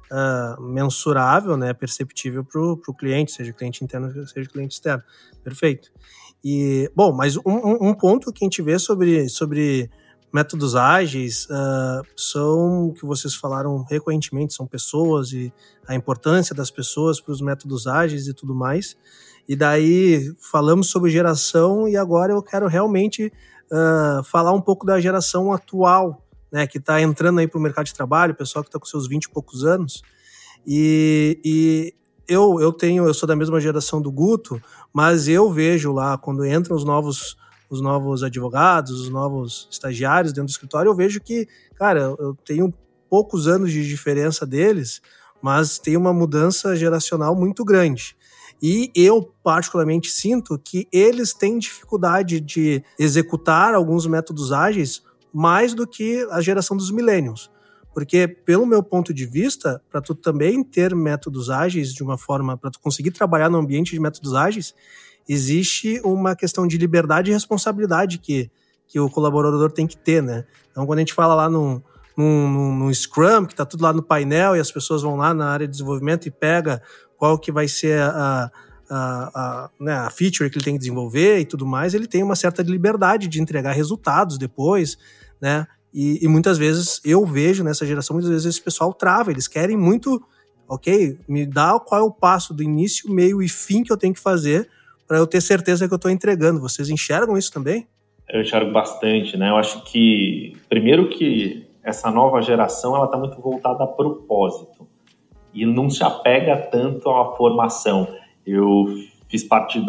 mensurável, né? Perceptível para o cliente, seja cliente interno, seja cliente externo. Perfeito. E, bom, mas um ponto que a gente vê sobre métodos ágeis são, que vocês falaram recorrentemente, são pessoas e a importância das pessoas para os métodos ágeis e tudo mais. E daí falamos sobre geração e agora eu quero realmente falar um pouco da geração atual, né, que está entrando aí para o mercado de trabalho, o pessoal que está com seus 20 e poucos anos. E eu sou da mesma geração do Guto, mas eu vejo lá, quando entram os novos advogados, os novos estagiários dentro do escritório, eu vejo que, cara, eu tenho poucos anos de diferença deles, mas tem uma mudança geracional muito grande. E eu, particularmente, sinto que eles têm dificuldade de executar alguns métodos ágeis mais do que a geração dos millennials. Porque, pelo meu ponto de vista, para tu também ter métodos ágeis de uma forma, para tu conseguir trabalhar no ambiente de métodos ágeis, existe uma questão de liberdade e responsabilidade que o colaborador tem que ter, né? Então, quando a gente fala lá no Scrum, que está tudo lá no painel e as pessoas vão lá na área de desenvolvimento e pega qual que vai ser a feature que ele tem que desenvolver e tudo mais, ele tem uma certa liberdade de entregar resultados depois, né? E muitas vezes eu vejo nessa geração, muitas vezes esse pessoal trava, eles querem muito, ok, me dá qual é o passo do início, meio e fim que eu tenho que fazer para eu ter certeza que eu estou entregando. Vocês enxergam isso também? Eu enxergo bastante, né? Eu acho que, primeiro que essa nova geração, ela está muito voltada a propósito e não se apega tanto à formação. Eu fiz parte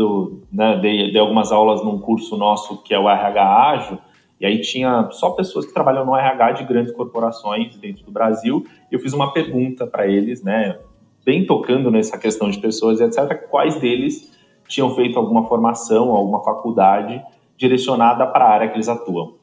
dei algumas aulas num curso nosso que é o RH Ágil, e aí tinha só pessoas que trabalham no RH de grandes corporações dentro do Brasil, e eu fiz uma pergunta para eles, né, bem tocando nessa questão de pessoas, etc., quais deles tinham feito alguma formação, alguma faculdade direcionada para a área que eles atuam.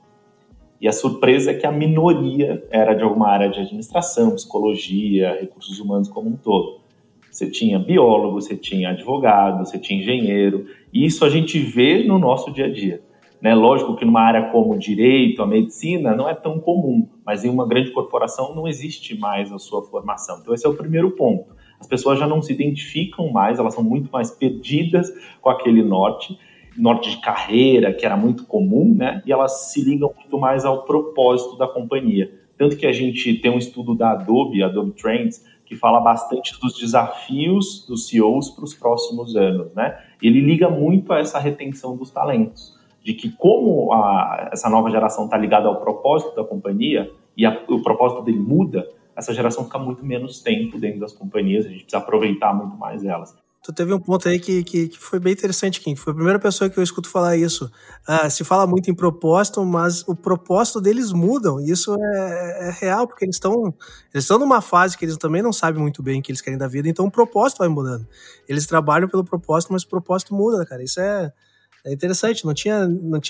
E a surpresa é que a minoria era de alguma área de administração, psicologia, recursos humanos como um todo. Você tinha biólogo, você tinha advogado, você tinha engenheiro, e isso a gente vê no nosso dia a dia. Né? Lógico que numa área como o direito, a medicina, não é tão comum, mas em uma grande corporação não existe mais a sua formação. Então esse é o primeiro ponto. As pessoas já não se identificam mais, elas são muito mais perdidas com aquele norte de carreira, que era muito comum, né? E elas se ligam muito mais ao propósito da companhia. Tanto que a gente tem um estudo da Adobe Trends, que fala bastante dos desafios dos CEOs para os próximos anos, né? Ele liga muito a essa retenção dos talentos, de que como essa nova geração está ligada ao propósito da companhia e o propósito dele muda, essa geração fica muito menos tempo dentro das companhias, a gente precisa aproveitar muito mais elas. Tu teve um ponto aí que foi bem interessante, Kim. Foi a primeira pessoa que eu escuto falar isso. Se fala muito em propósito, mas o propósito deles mudam. E isso é real, porque eles estão numa fase que eles também não sabem muito bem o que eles querem da vida, então o propósito vai mudando. Eles trabalham pelo propósito, mas o propósito muda, cara. Isso é interessante. Não tinha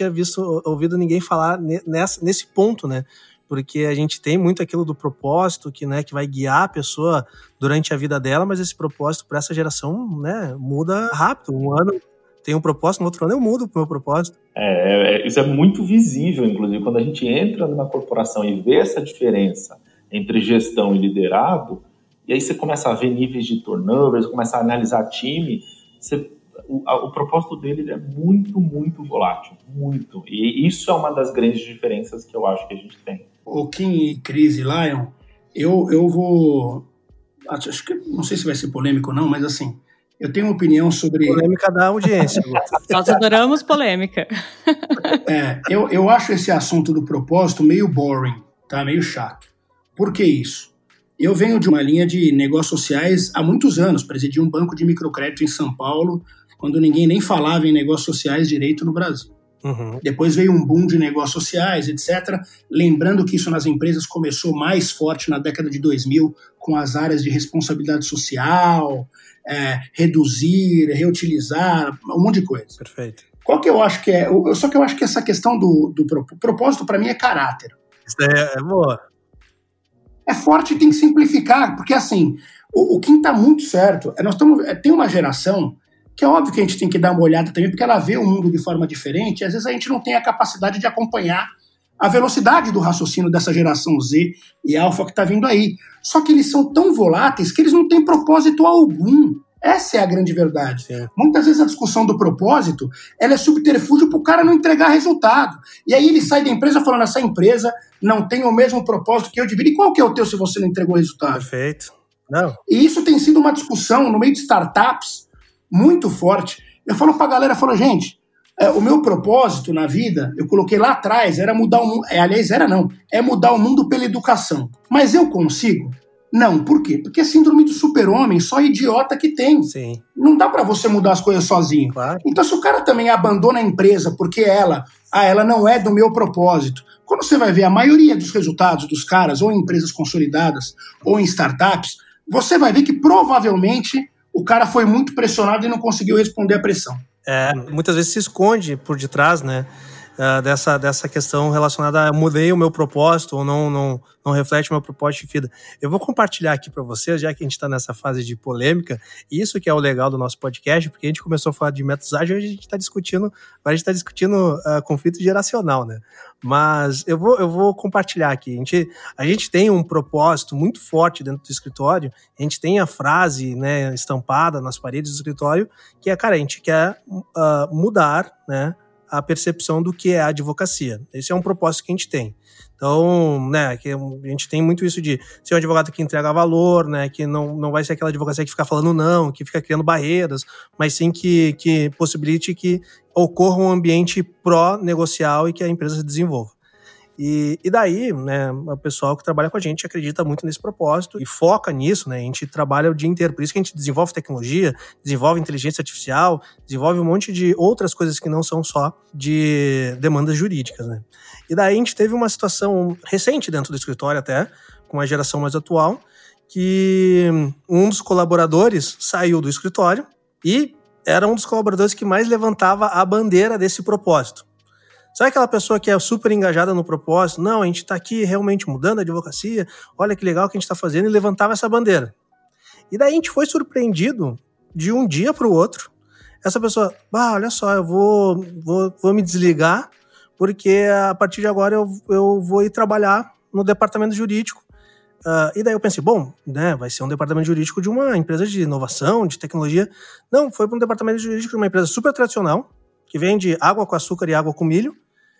ouvido ninguém falar nesse ponto, né? Porque a gente tem muito aquilo do propósito que vai guiar a pessoa durante a vida dela, mas esse propósito para essa geração, né, muda rápido. Um ano tem um propósito, no outro ano eu mudo o meu propósito. Isso é muito visível, inclusive, quando a gente entra numa corporação e vê essa diferença entre gestão e liderado, e aí você começa a ver níveis de turnover, você começa a analisar time, o propósito dele é muito, muito volátil, muito. E isso é uma das grandes diferenças que eu acho que a gente tem. O Kim, Cris e Lion, eu vou... Acho que não sei se vai ser polêmico ou não, mas assim, eu tenho uma opinião sobre... Polêmica da audiência. Nós adoramos polêmica. Eu acho esse assunto do propósito meio boring, tá? Meio chato. Por que isso? Eu venho de uma linha de negócios sociais há muitos anos, presidi um banco de microcrédito em São Paulo, quando ninguém nem falava em negócios sociais direito no Brasil. Uhum. Depois veio um boom de negócios sociais, etc. Lembrando que isso nas empresas começou mais forte na década de 2000, com as áreas de responsabilidade social, reduzir, reutilizar, um monte de coisa. Perfeito. Qual que eu acho que é? Só que eu acho que essa questão do propósito, para mim, é caráter. Isso é boa. É forte e tem que simplificar, porque assim, o Kim está muito certo. Tem uma geração que é óbvio que a gente tem que dar uma olhada também, porque ela vê o mundo de forma diferente, e às vezes a gente não tem a capacidade de acompanhar a velocidade do raciocínio dessa geração Z e Alpha que está vindo aí. Só que eles são tão voláteis que eles não têm propósito algum. Essa é a grande verdade. Sim. Muitas vezes a discussão do propósito, ela é subterfúgio para o cara não entregar resultado. E aí ele sai da empresa falando, essa empresa não tem o mesmo propósito que eu deveria. E qual que é o teu se você não entregou resultado? Perfeito. Não. E isso tem sido uma discussão no meio de startups muito forte. Eu falo pra galera, gente, o meu propósito na vida, eu coloquei lá atrás, era mudar o mundo, é mudar o mundo pela educação. Mas eu consigo? Não, por quê? Porque é síndrome do super-homem, só idiota que tem. Sim. Não dá pra você mudar as coisas sozinho. Claro. Então se o cara também abandona a empresa porque ela não é do meu propósito, quando você vai ver a maioria dos resultados dos caras, ou em empresas consolidadas, ou em startups, você vai ver que provavelmente o cara foi muito pressionado e não conseguiu responder a pressão. Muitas vezes se esconde por detrás, né, dessa questão relacionada a mudei o meu propósito ou não reflete o meu propósito de vida. Eu vou compartilhar aqui para vocês, já que a gente está nessa fase de polêmica, e isso que é o legal do nosso podcast, porque a gente começou a falar de métodos ágeis, hoje a gente está discutindo conflito geracional, né? Mas eu vou compartilhar aqui. A gente tem um propósito muito forte dentro do escritório, a gente tem a frase, né, estampada nas paredes do escritório, que é, cara, a gente quer mudar, né, a percepção do que é a advocacia. Esse é um propósito que a gente tem. Então, né, que a gente tem muito isso de ser um advogado que entrega valor, né, que não vai ser aquela advocacia que fica falando não, que fica criando barreiras, mas sim que possibilite que ocorra um ambiente pró-negocial e que a empresa se desenvolva. E daí, né, o pessoal que trabalha com a gente acredita muito nesse propósito e foca nisso, né, a gente trabalha o dia inteiro, por isso que a gente desenvolve tecnologia, desenvolve inteligência artificial, desenvolve um monte de outras coisas que não são só de demandas jurídicas, né. E daí a gente teve uma situação recente dentro do escritório até, com a geração mais atual, que um dos colaboradores saiu do escritório e era um dos colaboradores que mais levantava a bandeira desse propósito. Sabe aquela pessoa que é super engajada no propósito? Não, a gente está aqui realmente mudando a advocacia, olha que legal que a gente está fazendo, e levantava essa bandeira. E daí a gente foi surpreendido de um dia para o outro. Essa pessoa, olha só, eu vou me desligar, porque a partir de agora eu vou ir trabalhar no departamento jurídico. E daí eu pensei, bom, né, vai ser um departamento jurídico de uma empresa de inovação, de tecnologia. Não, foi para um departamento jurídico de uma empresa super tradicional, que vende água com açúcar e água com milho,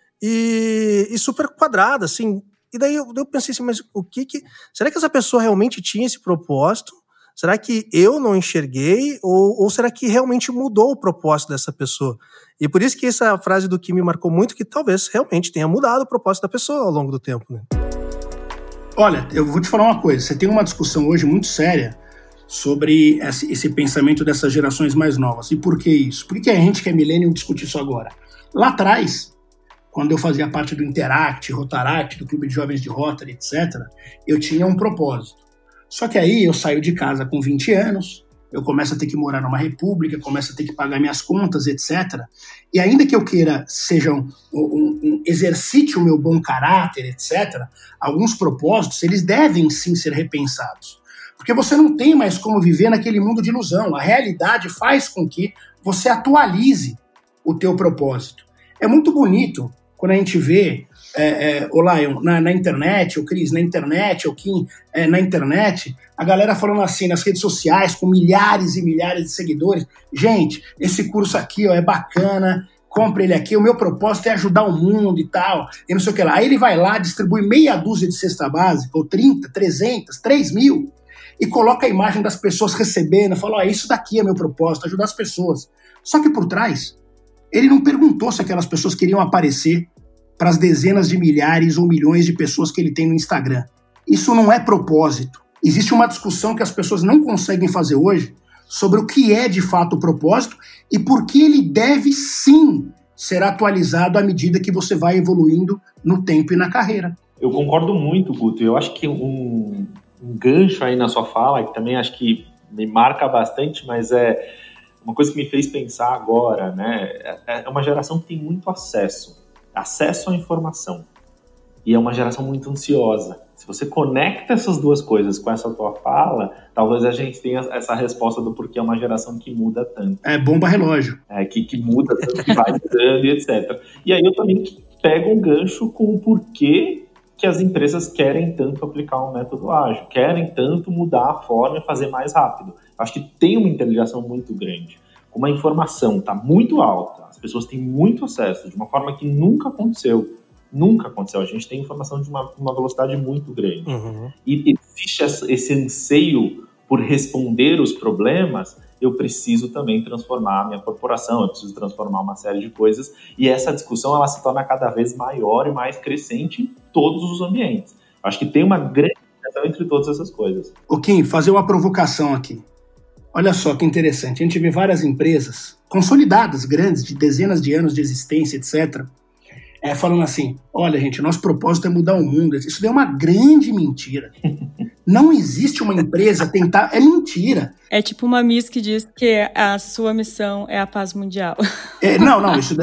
e super quadrada, assim. E daí eu pensei assim, mas será que essa pessoa realmente tinha esse propósito? Será que eu não enxerguei? Ou será que realmente mudou o propósito dessa pessoa? E por isso que essa frase do Kim me marcou muito, que talvez realmente tenha mudado o propósito da pessoa ao longo do tempo, né? Olha, eu vou te falar uma coisa. Você tem uma discussão hoje muito séria sobre esse pensamento dessas gerações mais novas. E por que isso? Por que a gente que é millennial discute isso agora? Lá atrás, quando eu fazia parte do Interact, Rotaract, do Clube de Jovens de Rotary, etc., eu tinha um propósito. Só que aí eu saio de casa com 20 anos, eu começo a ter que morar numa república, começo a ter que pagar minhas contas, etc. E ainda que eu queira exercite o meu bom caráter, etc., alguns propósitos, eles devem sim ser repensados. Porque você não tem mais como viver naquele mundo de ilusão. A realidade faz com que você atualize o teu propósito. É muito bonito quando a gente vê, o Lion, na internet, o Cris, na internet, o Kim, na internet, a galera falando assim, nas redes sociais, com milhares e milhares de seguidores. Gente, esse curso aqui é bacana, compre ele aqui, o meu propósito é ajudar o mundo e tal, e não sei o que lá. Aí ele vai lá, distribui meia dúzia de cesta básica, ou 30, 300, 3 mil, e coloca a imagem das pessoas recebendo, fala, isso daqui é meu propósito, ajudar as pessoas. Só que por trás, ele não perguntou se aquelas pessoas queriam aparecer para as dezenas de milhares ou milhões de pessoas que ele tem no Instagram. Isso não é propósito. Existe uma discussão que as pessoas não conseguem fazer hoje sobre o que é de fato o propósito e por que ele deve sim ser atualizado à medida que você vai evoluindo no tempo e na carreira. Eu concordo muito, Guto. Eu acho que um gancho aí na sua fala, que também acho que me marca bastante, mas é uma coisa que me fez pensar agora, né? É uma geração que tem muito acesso à informação. E é uma geração muito ansiosa. Se você conecta essas duas coisas com essa tua fala, talvez a gente tenha essa resposta do porquê é uma geração que muda tanto. É bomba relógio. Que muda tanto, que vai mudando e etc. E aí eu também pego um gancho com o porquê que as empresas querem tanto aplicar um método ágil, querem tanto mudar a forma e fazer mais rápido. Acho que tem uma interligação muito grande. Como a informação está muito alta, as pessoas têm muito acesso de uma forma que nunca aconteceu. Nunca aconteceu. A gente tem informação de uma velocidade muito grande. Uhum. E existe esse anseio por responder os problemas. Eu preciso também transformar a minha corporação, eu preciso transformar uma série de coisas. E essa discussão ela se torna cada vez maior e mais crescente em todos os ambientes. Acho que tem uma grande relação entre todas essas coisas. Kim, fazer uma provocação aqui. Olha só que interessante. A gente vê várias empresas consolidadas, grandes, de dezenas de anos de existência, etc., falando assim, olha, gente, nosso propósito é mudar o mundo. Isso daí é uma grande mentira. Não existe uma empresa tentar... É mentira. É tipo uma Miss que diz que a sua missão é a paz mundial. Não, isso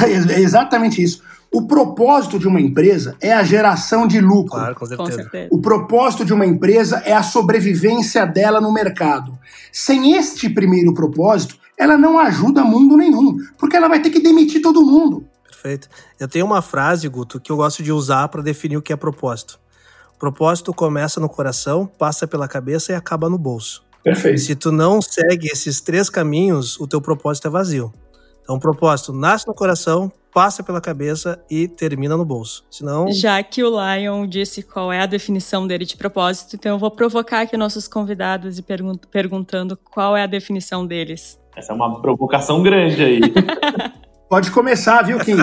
é exatamente isso. O propósito de uma empresa é a geração de lucro. Claro, com certeza. O propósito de uma empresa é a sobrevivência dela no mercado. Sem este primeiro propósito, ela não ajuda mundo nenhum, porque ela vai ter que demitir todo mundo. Perfeito. Eu tenho uma frase, Guto, que eu gosto de usar para definir o que é propósito. Propósito começa no coração, passa pela cabeça e acaba no bolso. Perfeito. Se tu não segue esses 3 caminhos, o teu propósito é vazio. Então, o propósito nasce no coração, passa pela cabeça e termina no bolso. Senão... Já que o Lion disse qual é a definição dele de propósito, então eu vou provocar aqui nossos convidados e perguntando qual é a definição deles. Essa é uma provocação grande aí. Pode começar, viu, Kim?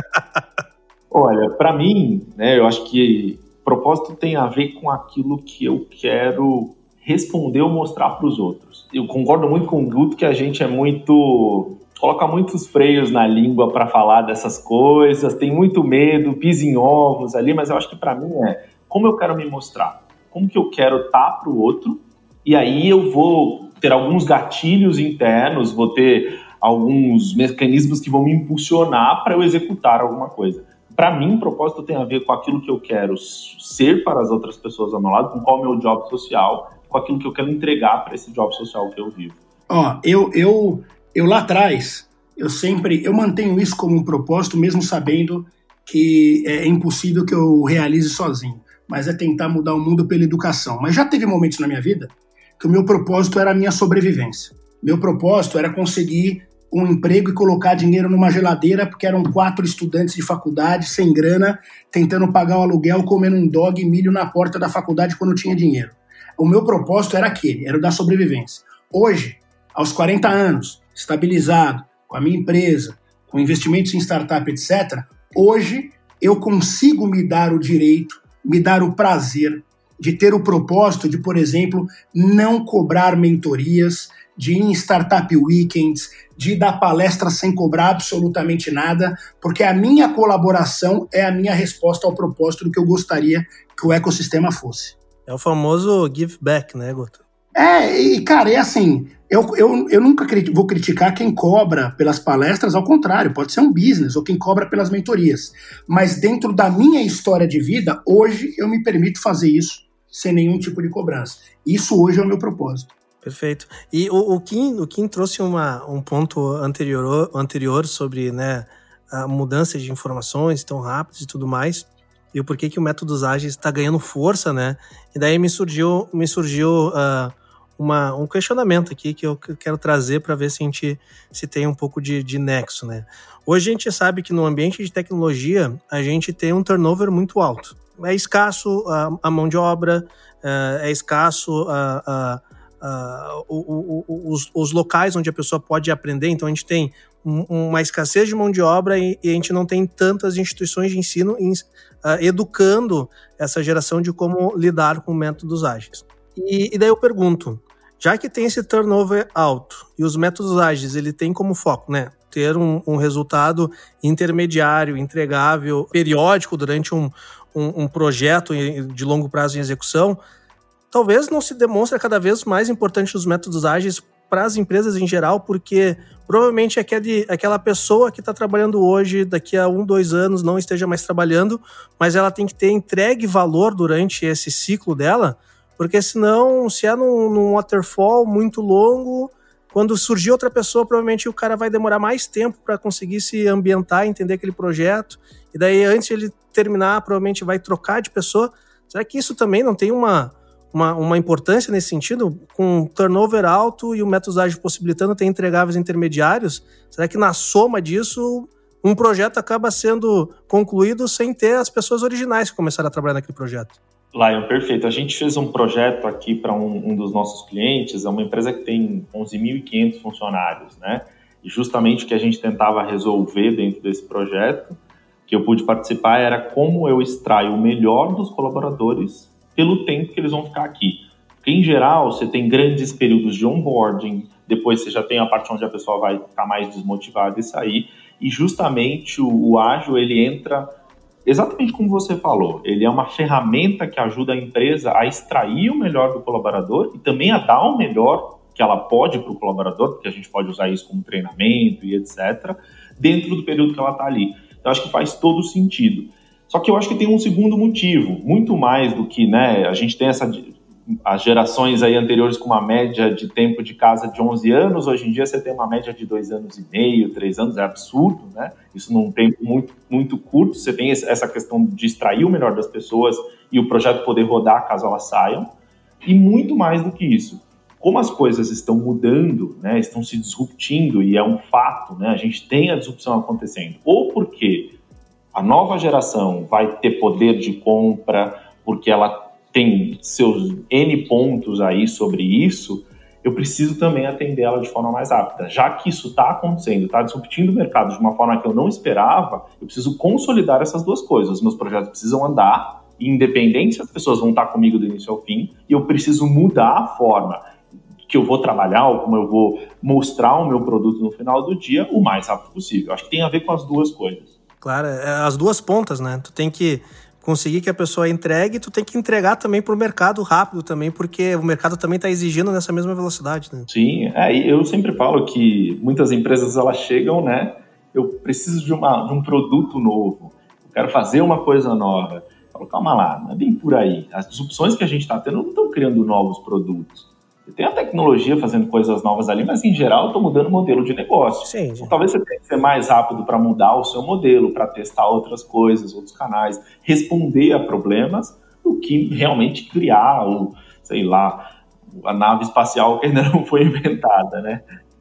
Olha, para mim, né, eu acho que propósito tem a ver com aquilo que eu quero responder ou mostrar para os outros. Eu concordo muito com o Guto que a gente coloca muitos freios na língua para falar dessas coisas, tem muito medo, pisa em ovos ali, mas eu acho que para mim é como eu quero me mostrar, como que eu quero estar para o outro, e aí eu vou ter alguns gatilhos internos, vou ter alguns mecanismos que vão me impulsionar para eu executar alguma coisa. Para mim, propósito tem a ver com aquilo que eu quero ser para as outras pessoas ao meu lado, com qual é o meu job social, com aquilo que eu quero entregar para esse job social que eu vivo. Ó, eu lá atrás, eu mantenho isso como um propósito, mesmo sabendo que é impossível que eu realize sozinho, mas é tentar mudar o mundo pela educação. Mas já teve momentos na minha vida que o meu propósito era a minha sobrevivência. Meu propósito era conseguir um emprego e colocar dinheiro numa geladeira, porque eram 4 estudantes de faculdade, sem grana, tentando pagar o aluguel, comendo um dog e milho na porta da faculdade quando tinha dinheiro. O meu propósito era era o da sobrevivência. Hoje, aos 40 anos, estabilizado, com a minha empresa, com investimentos em startup, etc., hoje eu consigo me dar o direito, me dar o prazer de ter o propósito de, por exemplo, não cobrar mentorias, de ir em Startup Weekends, de dar palestra sem cobrar absolutamente nada, porque a minha colaboração é a minha resposta ao propósito do que eu gostaria que o ecossistema fosse. É o famoso give back, né, Guto? Cara, é assim, eu nunca vou criticar quem cobra pelas palestras, ao contrário, pode ser um business, ou quem cobra pelas mentorias. Mas dentro da minha história de vida, hoje eu me permito fazer isso sem nenhum tipo de cobrança. Isso hoje é o meu propósito. Perfeito. E o Kim trouxe um ponto anterior sobre, né, a mudança de informações tão rápidas e tudo mais, e o porquê que o Métodos Ágeis está ganhando força, né? E daí me surgiu um questionamento aqui que eu quero trazer para ver se tem um pouco de nexo, né? Hoje a gente sabe que no ambiente de tecnologia a gente tem um turnover muito alto. É escasso a mão de obra, é escasso os locais onde a pessoa pode aprender. Então a gente tem uma escassez de mão de obra e a gente não tem tantas instituições de ensino educando essa geração de como lidar com métodos ágeis. E daí eu pergunto, já que tem esse turnover alto e os métodos ágeis ele tem como foco, né, ter um resultado intermediário, entregável, periódico durante um projeto de longo prazo em execução, talvez não se demonstre cada vez mais importante os métodos ágeis para as empresas em geral, porque provavelmente aquela pessoa que está trabalhando hoje, daqui a 1-2 anos, não esteja mais trabalhando, mas ela tem que ter entregue valor durante esse ciclo dela, porque senão, se é num waterfall muito longo, quando surgir outra pessoa, provavelmente o cara vai demorar mais tempo para conseguir se ambientar, entender aquele projeto, e daí antes de ele terminar, provavelmente vai trocar de pessoa. Será que isso também não tem uma importância nesse sentido, com turnover alto e o método ágil possibilitando ter entregáveis intermediários? Será que na soma disso, um projeto acaba sendo concluído sem ter as pessoas originais que começaram a trabalhar naquele projeto? Lion, perfeito. A gente fez um projeto aqui para um dos nossos clientes, é uma empresa que tem 11.500 funcionários, né? E justamente o que a gente tentava resolver dentro desse projeto, que eu pude participar, era como eu extraio o melhor dos colaboradores pelo tempo que eles vão ficar aqui. Porque, em geral, você tem grandes períodos de onboarding, depois você já tem a parte onde a pessoa vai ficar mais desmotivada e sair, e justamente o ágil, ele entra exatamente como você falou, ele é uma ferramenta que ajuda a empresa a extrair o melhor do colaborador e também a dar o melhor que ela pode para o colaborador, porque a gente pode usar isso como treinamento e etc., dentro do período que ela está ali. Então, acho que faz todo sentido. Só que eu acho que tem um segundo motivo, muito mais do que, né, a gente tem as gerações aí anteriores com uma média de tempo de casa de 11 anos, hoje em dia você tem uma média de 2 anos e meio, 3 anos, é absurdo, né? Isso num tempo muito, muito curto, você tem essa questão de extrair o melhor das pessoas e o projeto poder rodar caso elas saiam, e muito mais do que isso. como as coisas estão mudando, né, estão se disruptindo, e é um fato, né, a gente tem a disrupção acontecendo, ou porque a nova geração vai ter poder de compra, porque ela tem seus N pontos aí sobre isso, eu preciso também atender ela de forma mais rápida. Já que isso está acontecendo, está disruptindo o mercado de uma forma que eu não esperava, eu preciso consolidar essas duas coisas. Os meus projetos precisam andar, independente se as pessoas vão estar comigo do início ao fim, e eu preciso mudar a forma que eu vou trabalhar ou como eu vou mostrar o meu produto no final do dia o mais rápido possível. Acho que tem a ver com as duas coisas. Claro, as duas pontas, né? Tu tem que conseguir que a pessoa entregue, tu tem que entregar também para o mercado rápido também, porque o mercado também está exigindo nessa mesma velocidade, né? Sim, eu sempre falo que muitas empresas, elas chegam, né? Eu preciso de um produto novo, eu quero fazer uma coisa nova. Eu falo, calma lá, não é bem por aí. As disrupções que a gente está tendo não estão criando novos produtos. Tem a tecnologia fazendo coisas novas ali, mas em geral eu estou mudando o modelo de negócio. Sim. Então, talvez você tenha que ser mais rápido para mudar o seu modelo, para testar outras coisas, outros canais, responder a problemas, do que realmente criar, ou sei lá, a nave espacial que ainda não foi inventada, né?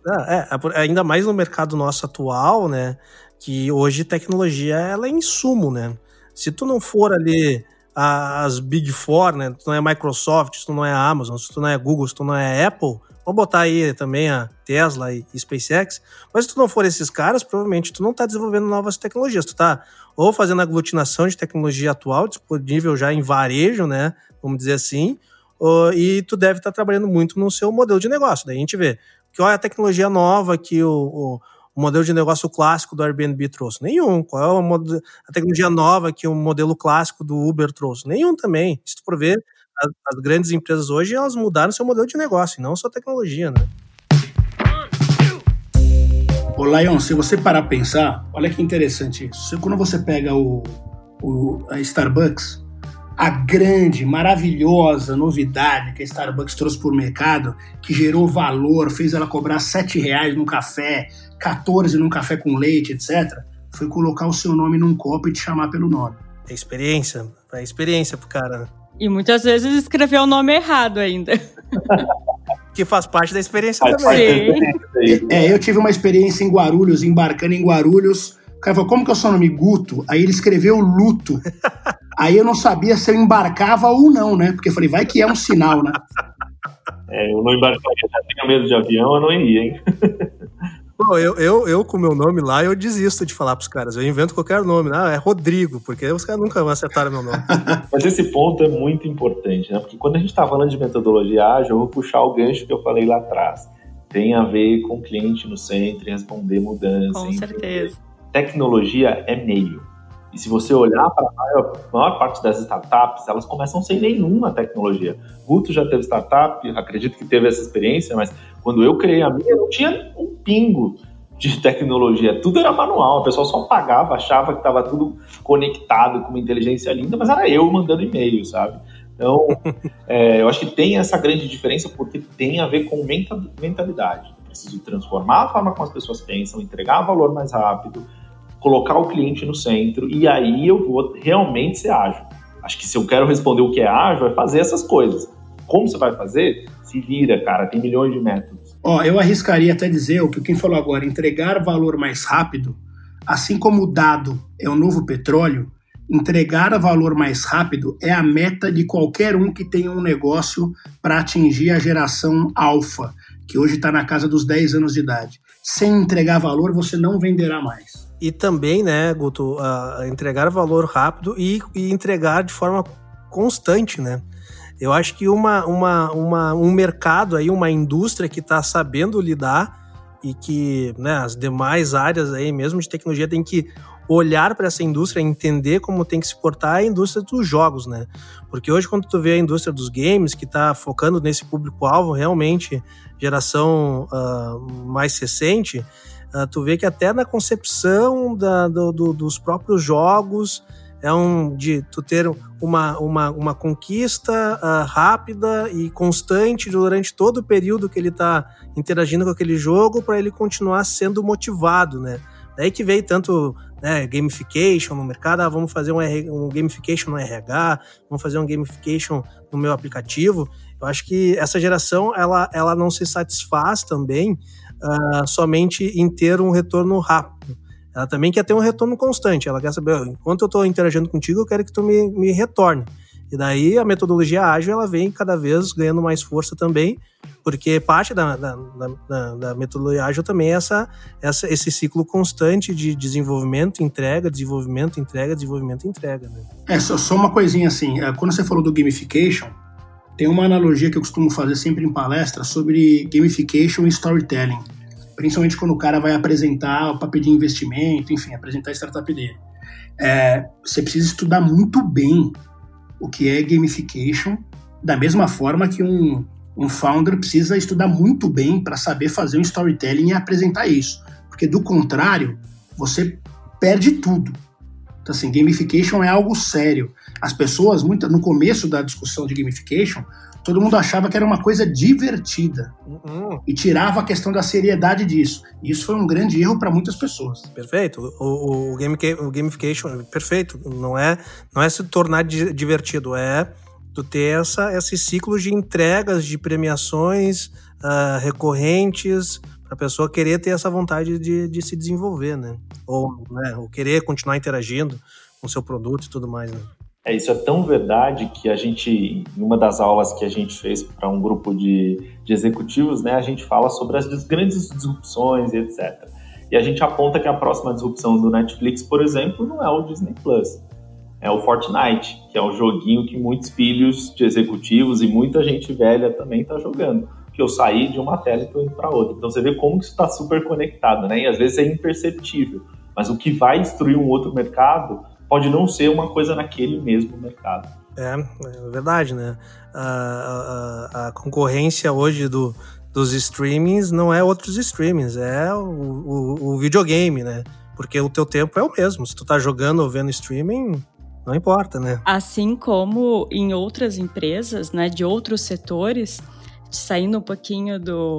Ainda mais no mercado nosso atual, né? Que hoje tecnologia ela é insumo, né? Se tu não for ali as Big Four, né? Se tu não é Microsoft, se tu não é Amazon, se tu não é Google, se tu não é Apple, vamos botar aí também a Tesla e SpaceX, mas se tu não for esses caras, provavelmente tu não está desenvolvendo novas tecnologias, tu está ou fazendo aglutinação de tecnologia atual, disponível já em varejo, né? Vamos dizer assim, e tu deve estar trabalhando muito no seu modelo de negócio. Daí a gente vê que olha a tecnologia nova que o modelo de negócio clássico do Airbnb trouxe? Nenhum. Qual é a tecnologia nova que o modelo clássico do Uber trouxe? Nenhum também. Se tu for ver, as grandes empresas hoje, elas mudaram seu modelo de negócio, e não só tecnologia, né? Ô, Lion, se você parar pra pensar, olha que interessante isso. Quando você pega a Starbucks, a grande, maravilhosa novidade que a Starbucks trouxe para o mercado, que gerou valor, fez ela cobrar R$7 num café, 14 num café com leite, etc., foi colocar o seu nome num copo e te chamar pelo nome. É experiência pro cara, né? E muitas vezes escreveu o nome errado ainda. Que faz parte da experiência também. Sim. Eu tive uma experiência em Guarulhos, embarcando em Guarulhos. O cara falou, como que é o seu nome? Guto. Aí ele escreveu Luto. Aí eu não sabia se eu embarcava ou não, né? Porque eu falei, vai que é um sinal, né? Eu não embarcaria, já tenho medo de avião, eu não iria, hein? Bom, eu com o meu nome lá, eu desisto de falar pros caras. Eu invento qualquer nome, né? É Rodrigo, porque os caras nunca vão acertar meu nome. Mas esse ponto é muito importante, né? Porque quando a gente tá falando de metodologia ágil, eu vou puxar o gancho que eu falei lá atrás. Tem a ver com o cliente no centro, responder mudança. Com certeza. Tecnologia é meio. E se você olhar para a maior parte das startups, elas começam sem nenhuma tecnologia. Guto já teve startup, acredito que teve essa experiência, mas quando eu criei a minha, não tinha um pingo de tecnologia. Tudo era manual, o pessoal só pagava, achava que estava tudo conectado com uma inteligência linda, mas era eu mandando e-mail, sabe? Então, eu acho que tem essa grande diferença porque tem a ver com mentalidade. Eu preciso transformar a forma como as pessoas pensam, entregar valor mais rápido, colocar o cliente no centro, e aí eu vou realmente ser ágil. Acho que se eu quero responder o que é ágil, é fazer essas coisas. Como você vai fazer? Se vira, cara, tem milhões de métodos. Eu arriscaria até dizer o que quem falou agora, entregar valor mais rápido, assim como o dado é o novo petróleo, entregar valor mais rápido é a meta de qualquer um que tenha um negócio para atingir a geração alfa, que hoje está na casa dos 10 anos de idade. Sem entregar valor, você não venderá mais. E também, né, Guto, entregar valor rápido e entregar de forma constante, né? Eu acho que um mercado aí, uma indústria que está sabendo lidar e que, né, as demais áreas aí mesmo de tecnologia tem que olhar para essa indústria, entender como tem que se portar a indústria dos jogos, né? Porque hoje, quando tu vê a indústria dos games, que está focando nesse público-alvo, realmente, geração mais recente, tu vê que até na concepção dos próprios jogos de tu ter uma conquista rápida e constante durante todo o período que ele está interagindo com aquele jogo para ele continuar sendo motivado, né? Daí que veio tanto, né, gamification no mercado, vamos fazer um gamification no RH, vamos fazer um gamification no meu aplicativo. Eu acho que essa geração, ela não se satisfaz também somente em ter um retorno rápido. Ela também quer ter um retorno constante. Ela quer saber, enquanto eu estou interagindo contigo, eu quero que tu me retorne. E daí a metodologia ágil, ela vem cada vez ganhando mais força também, porque parte da metodologia ágil também é esse ciclo constante de desenvolvimento, entrega, desenvolvimento, entrega, desenvolvimento, entrega. Né? Só uma coisinha assim, quando você falou do gamification, tem uma analogia que eu costumo fazer sempre em palestra sobre gamification e storytelling, principalmente quando o cara vai apresentar para pedir investimento, enfim, apresentar a startup dele. Você precisa estudar muito bem o que é gamification, da mesma forma que um founder precisa estudar muito bem para saber fazer um storytelling e apresentar isso, porque do contrário, você perde tudo. Então assim, gamification é algo sério. As pessoas, no começo da discussão de gamification, todo mundo achava que era uma coisa divertida e tirava a questão da seriedade disso. E isso foi um grande erro para muitas pessoas. Perfeito. O gamification, perfeito. Não é se tornar divertido, é tu ter esse ciclo de entregas, de premiações recorrentes, para a pessoa querer ter essa vontade de se desenvolver, né? Ou querer continuar interagindo com o seu produto e tudo mais, né? Isso é tão verdade que a gente, em uma das aulas que a gente fez para um grupo de executivos, né, a gente fala sobre as grandes disrupções e etc. E a gente aponta que a próxima disrupção do Netflix, por exemplo, não é o Disney Plus, é o Fortnite, que é um joguinho que muitos filhos de executivos e muita gente velha também está jogando, que eu saí de uma tela e estou indo para outra. Então você vê como isso está super conectado, né? E às vezes é imperceptível, mas o que vai destruir um outro mercado pode não ser uma coisa naquele mesmo mercado. É verdade, né? A concorrência hoje dos streamings não é outros streamings, é o videogame, né? Porque o teu tempo é o mesmo. Se tu tá jogando ou vendo streaming, não importa, né? Assim como em outras empresas, né, de outros setores, saindo um pouquinho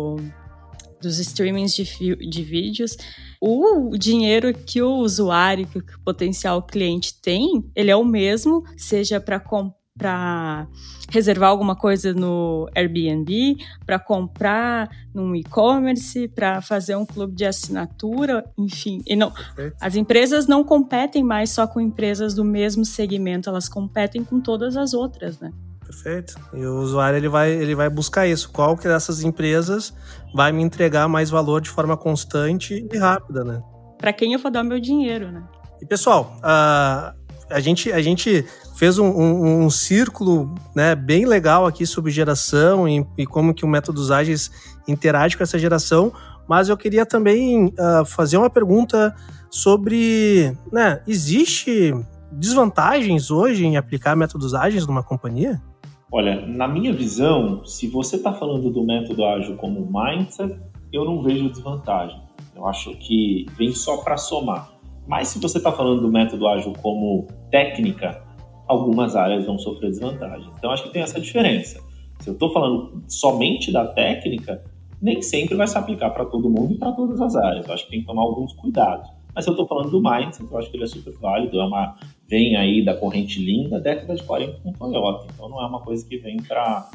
dos streamings de vídeos, o dinheiro que o usuário, que o potencial cliente tem, ele é o mesmo, seja para reservar alguma coisa no Airbnb, para comprar num e-commerce, para fazer um clube de assinatura, enfim. E não, as empresas não competem mais só com empresas do mesmo segmento, elas competem com todas as outras, né? Perfeito. E o usuário ele vai buscar isso. Qual que dessas empresas vai me entregar mais valor de forma constante e rápida, né? Para quem eu vou dar o meu dinheiro, né? E pessoal, a gente fez um círculo, né, bem legal aqui sobre geração e como que o Métodos Ágeis interage com essa geração, mas eu queria também fazer uma pergunta sobre, né, existe desvantagens hoje em aplicar métodos ágeis numa companhia? Olha, na minha visão, se você está falando do método ágil como mindset, eu não vejo desvantagem. Eu acho que vem só para somar. Mas se você está falando do método ágil como técnica, algumas áreas vão sofrer desvantagem. Então, acho que tem essa diferença. Se eu estou falando somente da técnica, nem sempre vai se aplicar para todo mundo e para todas as áreas. Eu acho que tem que tomar alguns cuidados. Mas se eu estou falando do mindset, eu acho que ele é super válido. Vem aí da corrente Lean da década de 40 com Toyota. Então não é uma coisa que vem para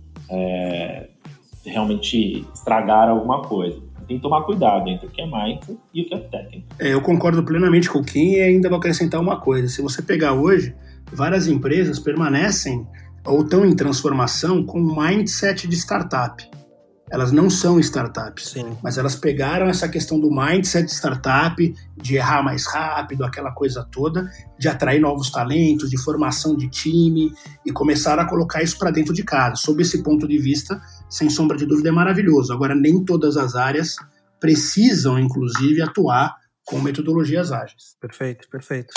realmente estragar alguma coisa. Tem que tomar cuidado entre o que é mindset e o que é técnica. Eu concordo plenamente com o Kim e ainda vou acrescentar uma coisa. Se você pegar hoje, várias empresas permanecem ou estão em transformação com mindset de startup. Elas não são startups, sim, mas elas pegaram essa questão do mindset de startup, de errar mais rápido, aquela coisa toda, de atrair novos talentos, de formação de time, e começaram a colocar isso para dentro de casa. Sob esse ponto de vista, sem sombra de dúvida, é maravilhoso. Agora, nem todas as áreas precisam, inclusive, atuar com metodologias ágeis. Perfeito, perfeito.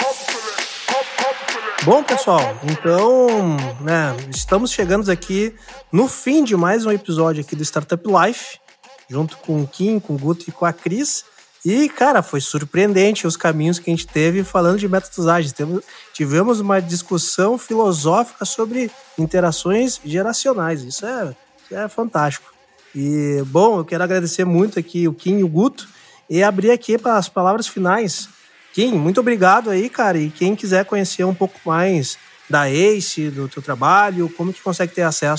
Bom, pessoal, então, né, estamos chegando aqui no fim de mais um episódio aqui do Startup Life, junto com o Kim, com o Guto e com a Cris. E, cara, foi surpreendente os caminhos que a gente teve falando de métodos ágeis. Tivemos uma discussão filosófica sobre interações geracionais. Isso é fantástico. E, bom, eu quero agradecer muito aqui o Kim e o Guto e abrir aqui para as palavras finais. Kim, muito obrigado aí, cara. E quem quiser conhecer um pouco mais da ACE, do teu trabalho, como que consegue ter acesso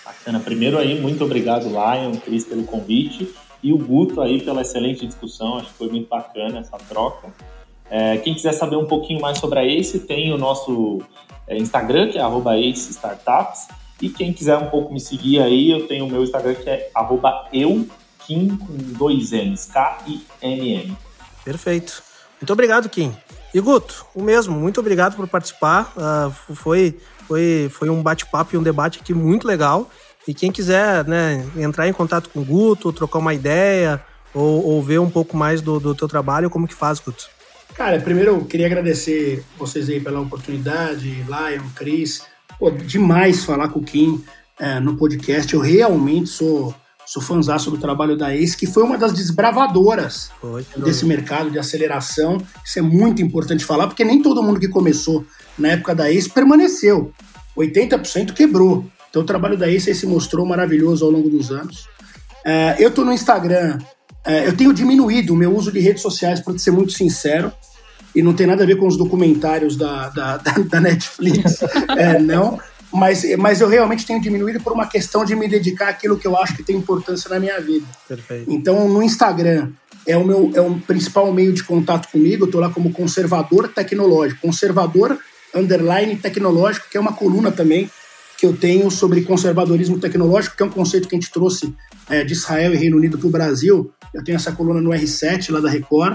Bacana. Primeiro aí, muito obrigado, Lion, Cris, pelo convite e o Guto aí pela excelente discussão. Acho que foi muito bacana essa troca. Quem quiser saber um pouquinho mais sobre a ACE, tem o nosso Instagram, que é @ACE Startups. E quem quiser um pouco me seguir aí, eu tenho o meu Instagram, que é @euKim, com 2 N's, KINN. Perfeito. Muito obrigado, Kim. E Guto, o mesmo. Muito obrigado por participar. Foi um bate-papo e um debate aqui muito legal. E quem quiser, né, entrar em contato com o Guto, trocar uma ideia ou ver um pouco mais do teu trabalho, como que faz, Guto? Cara, primeiro eu queria agradecer vocês aí pela oportunidade, Lion, Cris. Pô, demais falar com o Kim no podcast. Eu realmente sou fãzaço do trabalho da ACE, que foi uma das desbravadoras desse mercado de aceleração. Isso é muito importante falar, porque nem todo mundo que começou na época da ACE permaneceu. 80% quebrou. Então o trabalho da ACE se mostrou maravilhoso ao longo dos anos. Eu tô no Instagram. Eu tenho diminuído o meu uso de redes sociais, para ser muito sincero. E não tem nada a ver com os documentários da Netflix, não. Mas eu realmente tenho diminuído por uma questão de me dedicar àquilo que eu acho que tem importância na minha vida. Perfeito. Então, no Instagram, é o principal meio de contato comigo. Eu estou lá como conservador tecnológico. Conservador_tecnológico, que é uma coluna também que eu tenho sobre conservadorismo tecnológico, que é um conceito que a gente trouxe de Israel e Reino Unido para o Brasil. Eu tenho essa coluna no R7, lá da Record.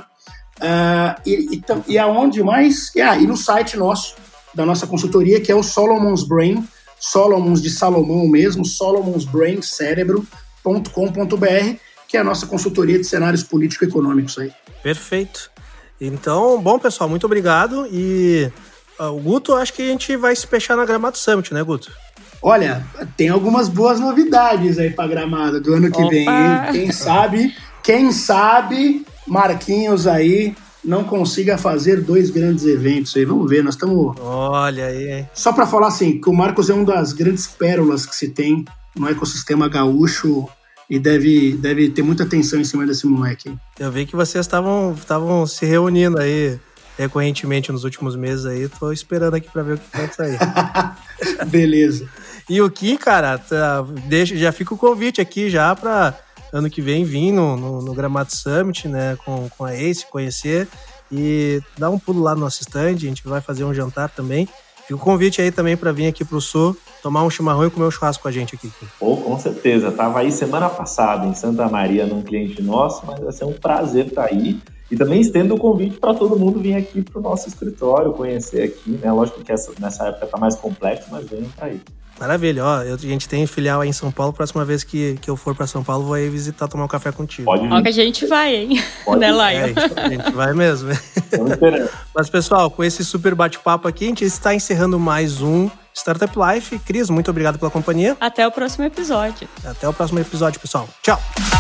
E aonde mais? E no site nosso, da nossa consultoria, que é o Solomon's Brain, Solomons de Salomão mesmo, Solomon's Brain, cérebro.com.br, que é a nossa consultoria de cenários político-econômicos aí. Perfeito. Então, bom, pessoal, muito obrigado. E o Guto, acho que a gente vai se fechar na Gramado Summit, né, Guto? Olha, tem algumas boas novidades aí pra Gramado do ano que vem, hein? Quem sabe Marquinhos aí não consiga fazer 2 grandes eventos aí. Vamos ver, nós estamos... Olha aí, hein? Só para falar assim, que o Marcos é uma das grandes pérolas que se tem no ecossistema gaúcho e deve ter muita atenção em cima desse moleque. Eu vi que vocês estavam se reunindo aí recorrentemente nos últimos meses aí. Tô esperando aqui para ver o que vai sair. Beleza. E o Kim, cara, já fica o convite aqui já para ano que vem vir no Gramado Summit, né, com a ACE, conhecer e dar um pulo lá no nosso stand. A gente vai fazer um jantar também. Fica o convite aí também para vir aqui pro Sul, tomar um chimarrão e comer um churrasco com a gente aqui. Pô, com certeza. Tava aí semana passada em Santa Maria num cliente nosso, mas vai ser um prazer estar aí. E também estendo o convite para todo mundo vir aqui pro nosso escritório, conhecer aqui, né? Lógico que nessa época tá mais complexo, mas venham para aí. Maravilha, ó, a gente tem filial aí em São Paulo. Próxima vez que eu for pra São Paulo, vou aí visitar, tomar um café contigo. Pode vir. Ó que a gente vai, hein? Né, Lion? A gente vai mesmo. Estamos esperando. Mas, pessoal, com esse super bate-papo aqui, a gente está encerrando mais um Startup Life. Cris, muito obrigado pela companhia. Até o próximo episódio. Até o próximo episódio, pessoal. Tchau!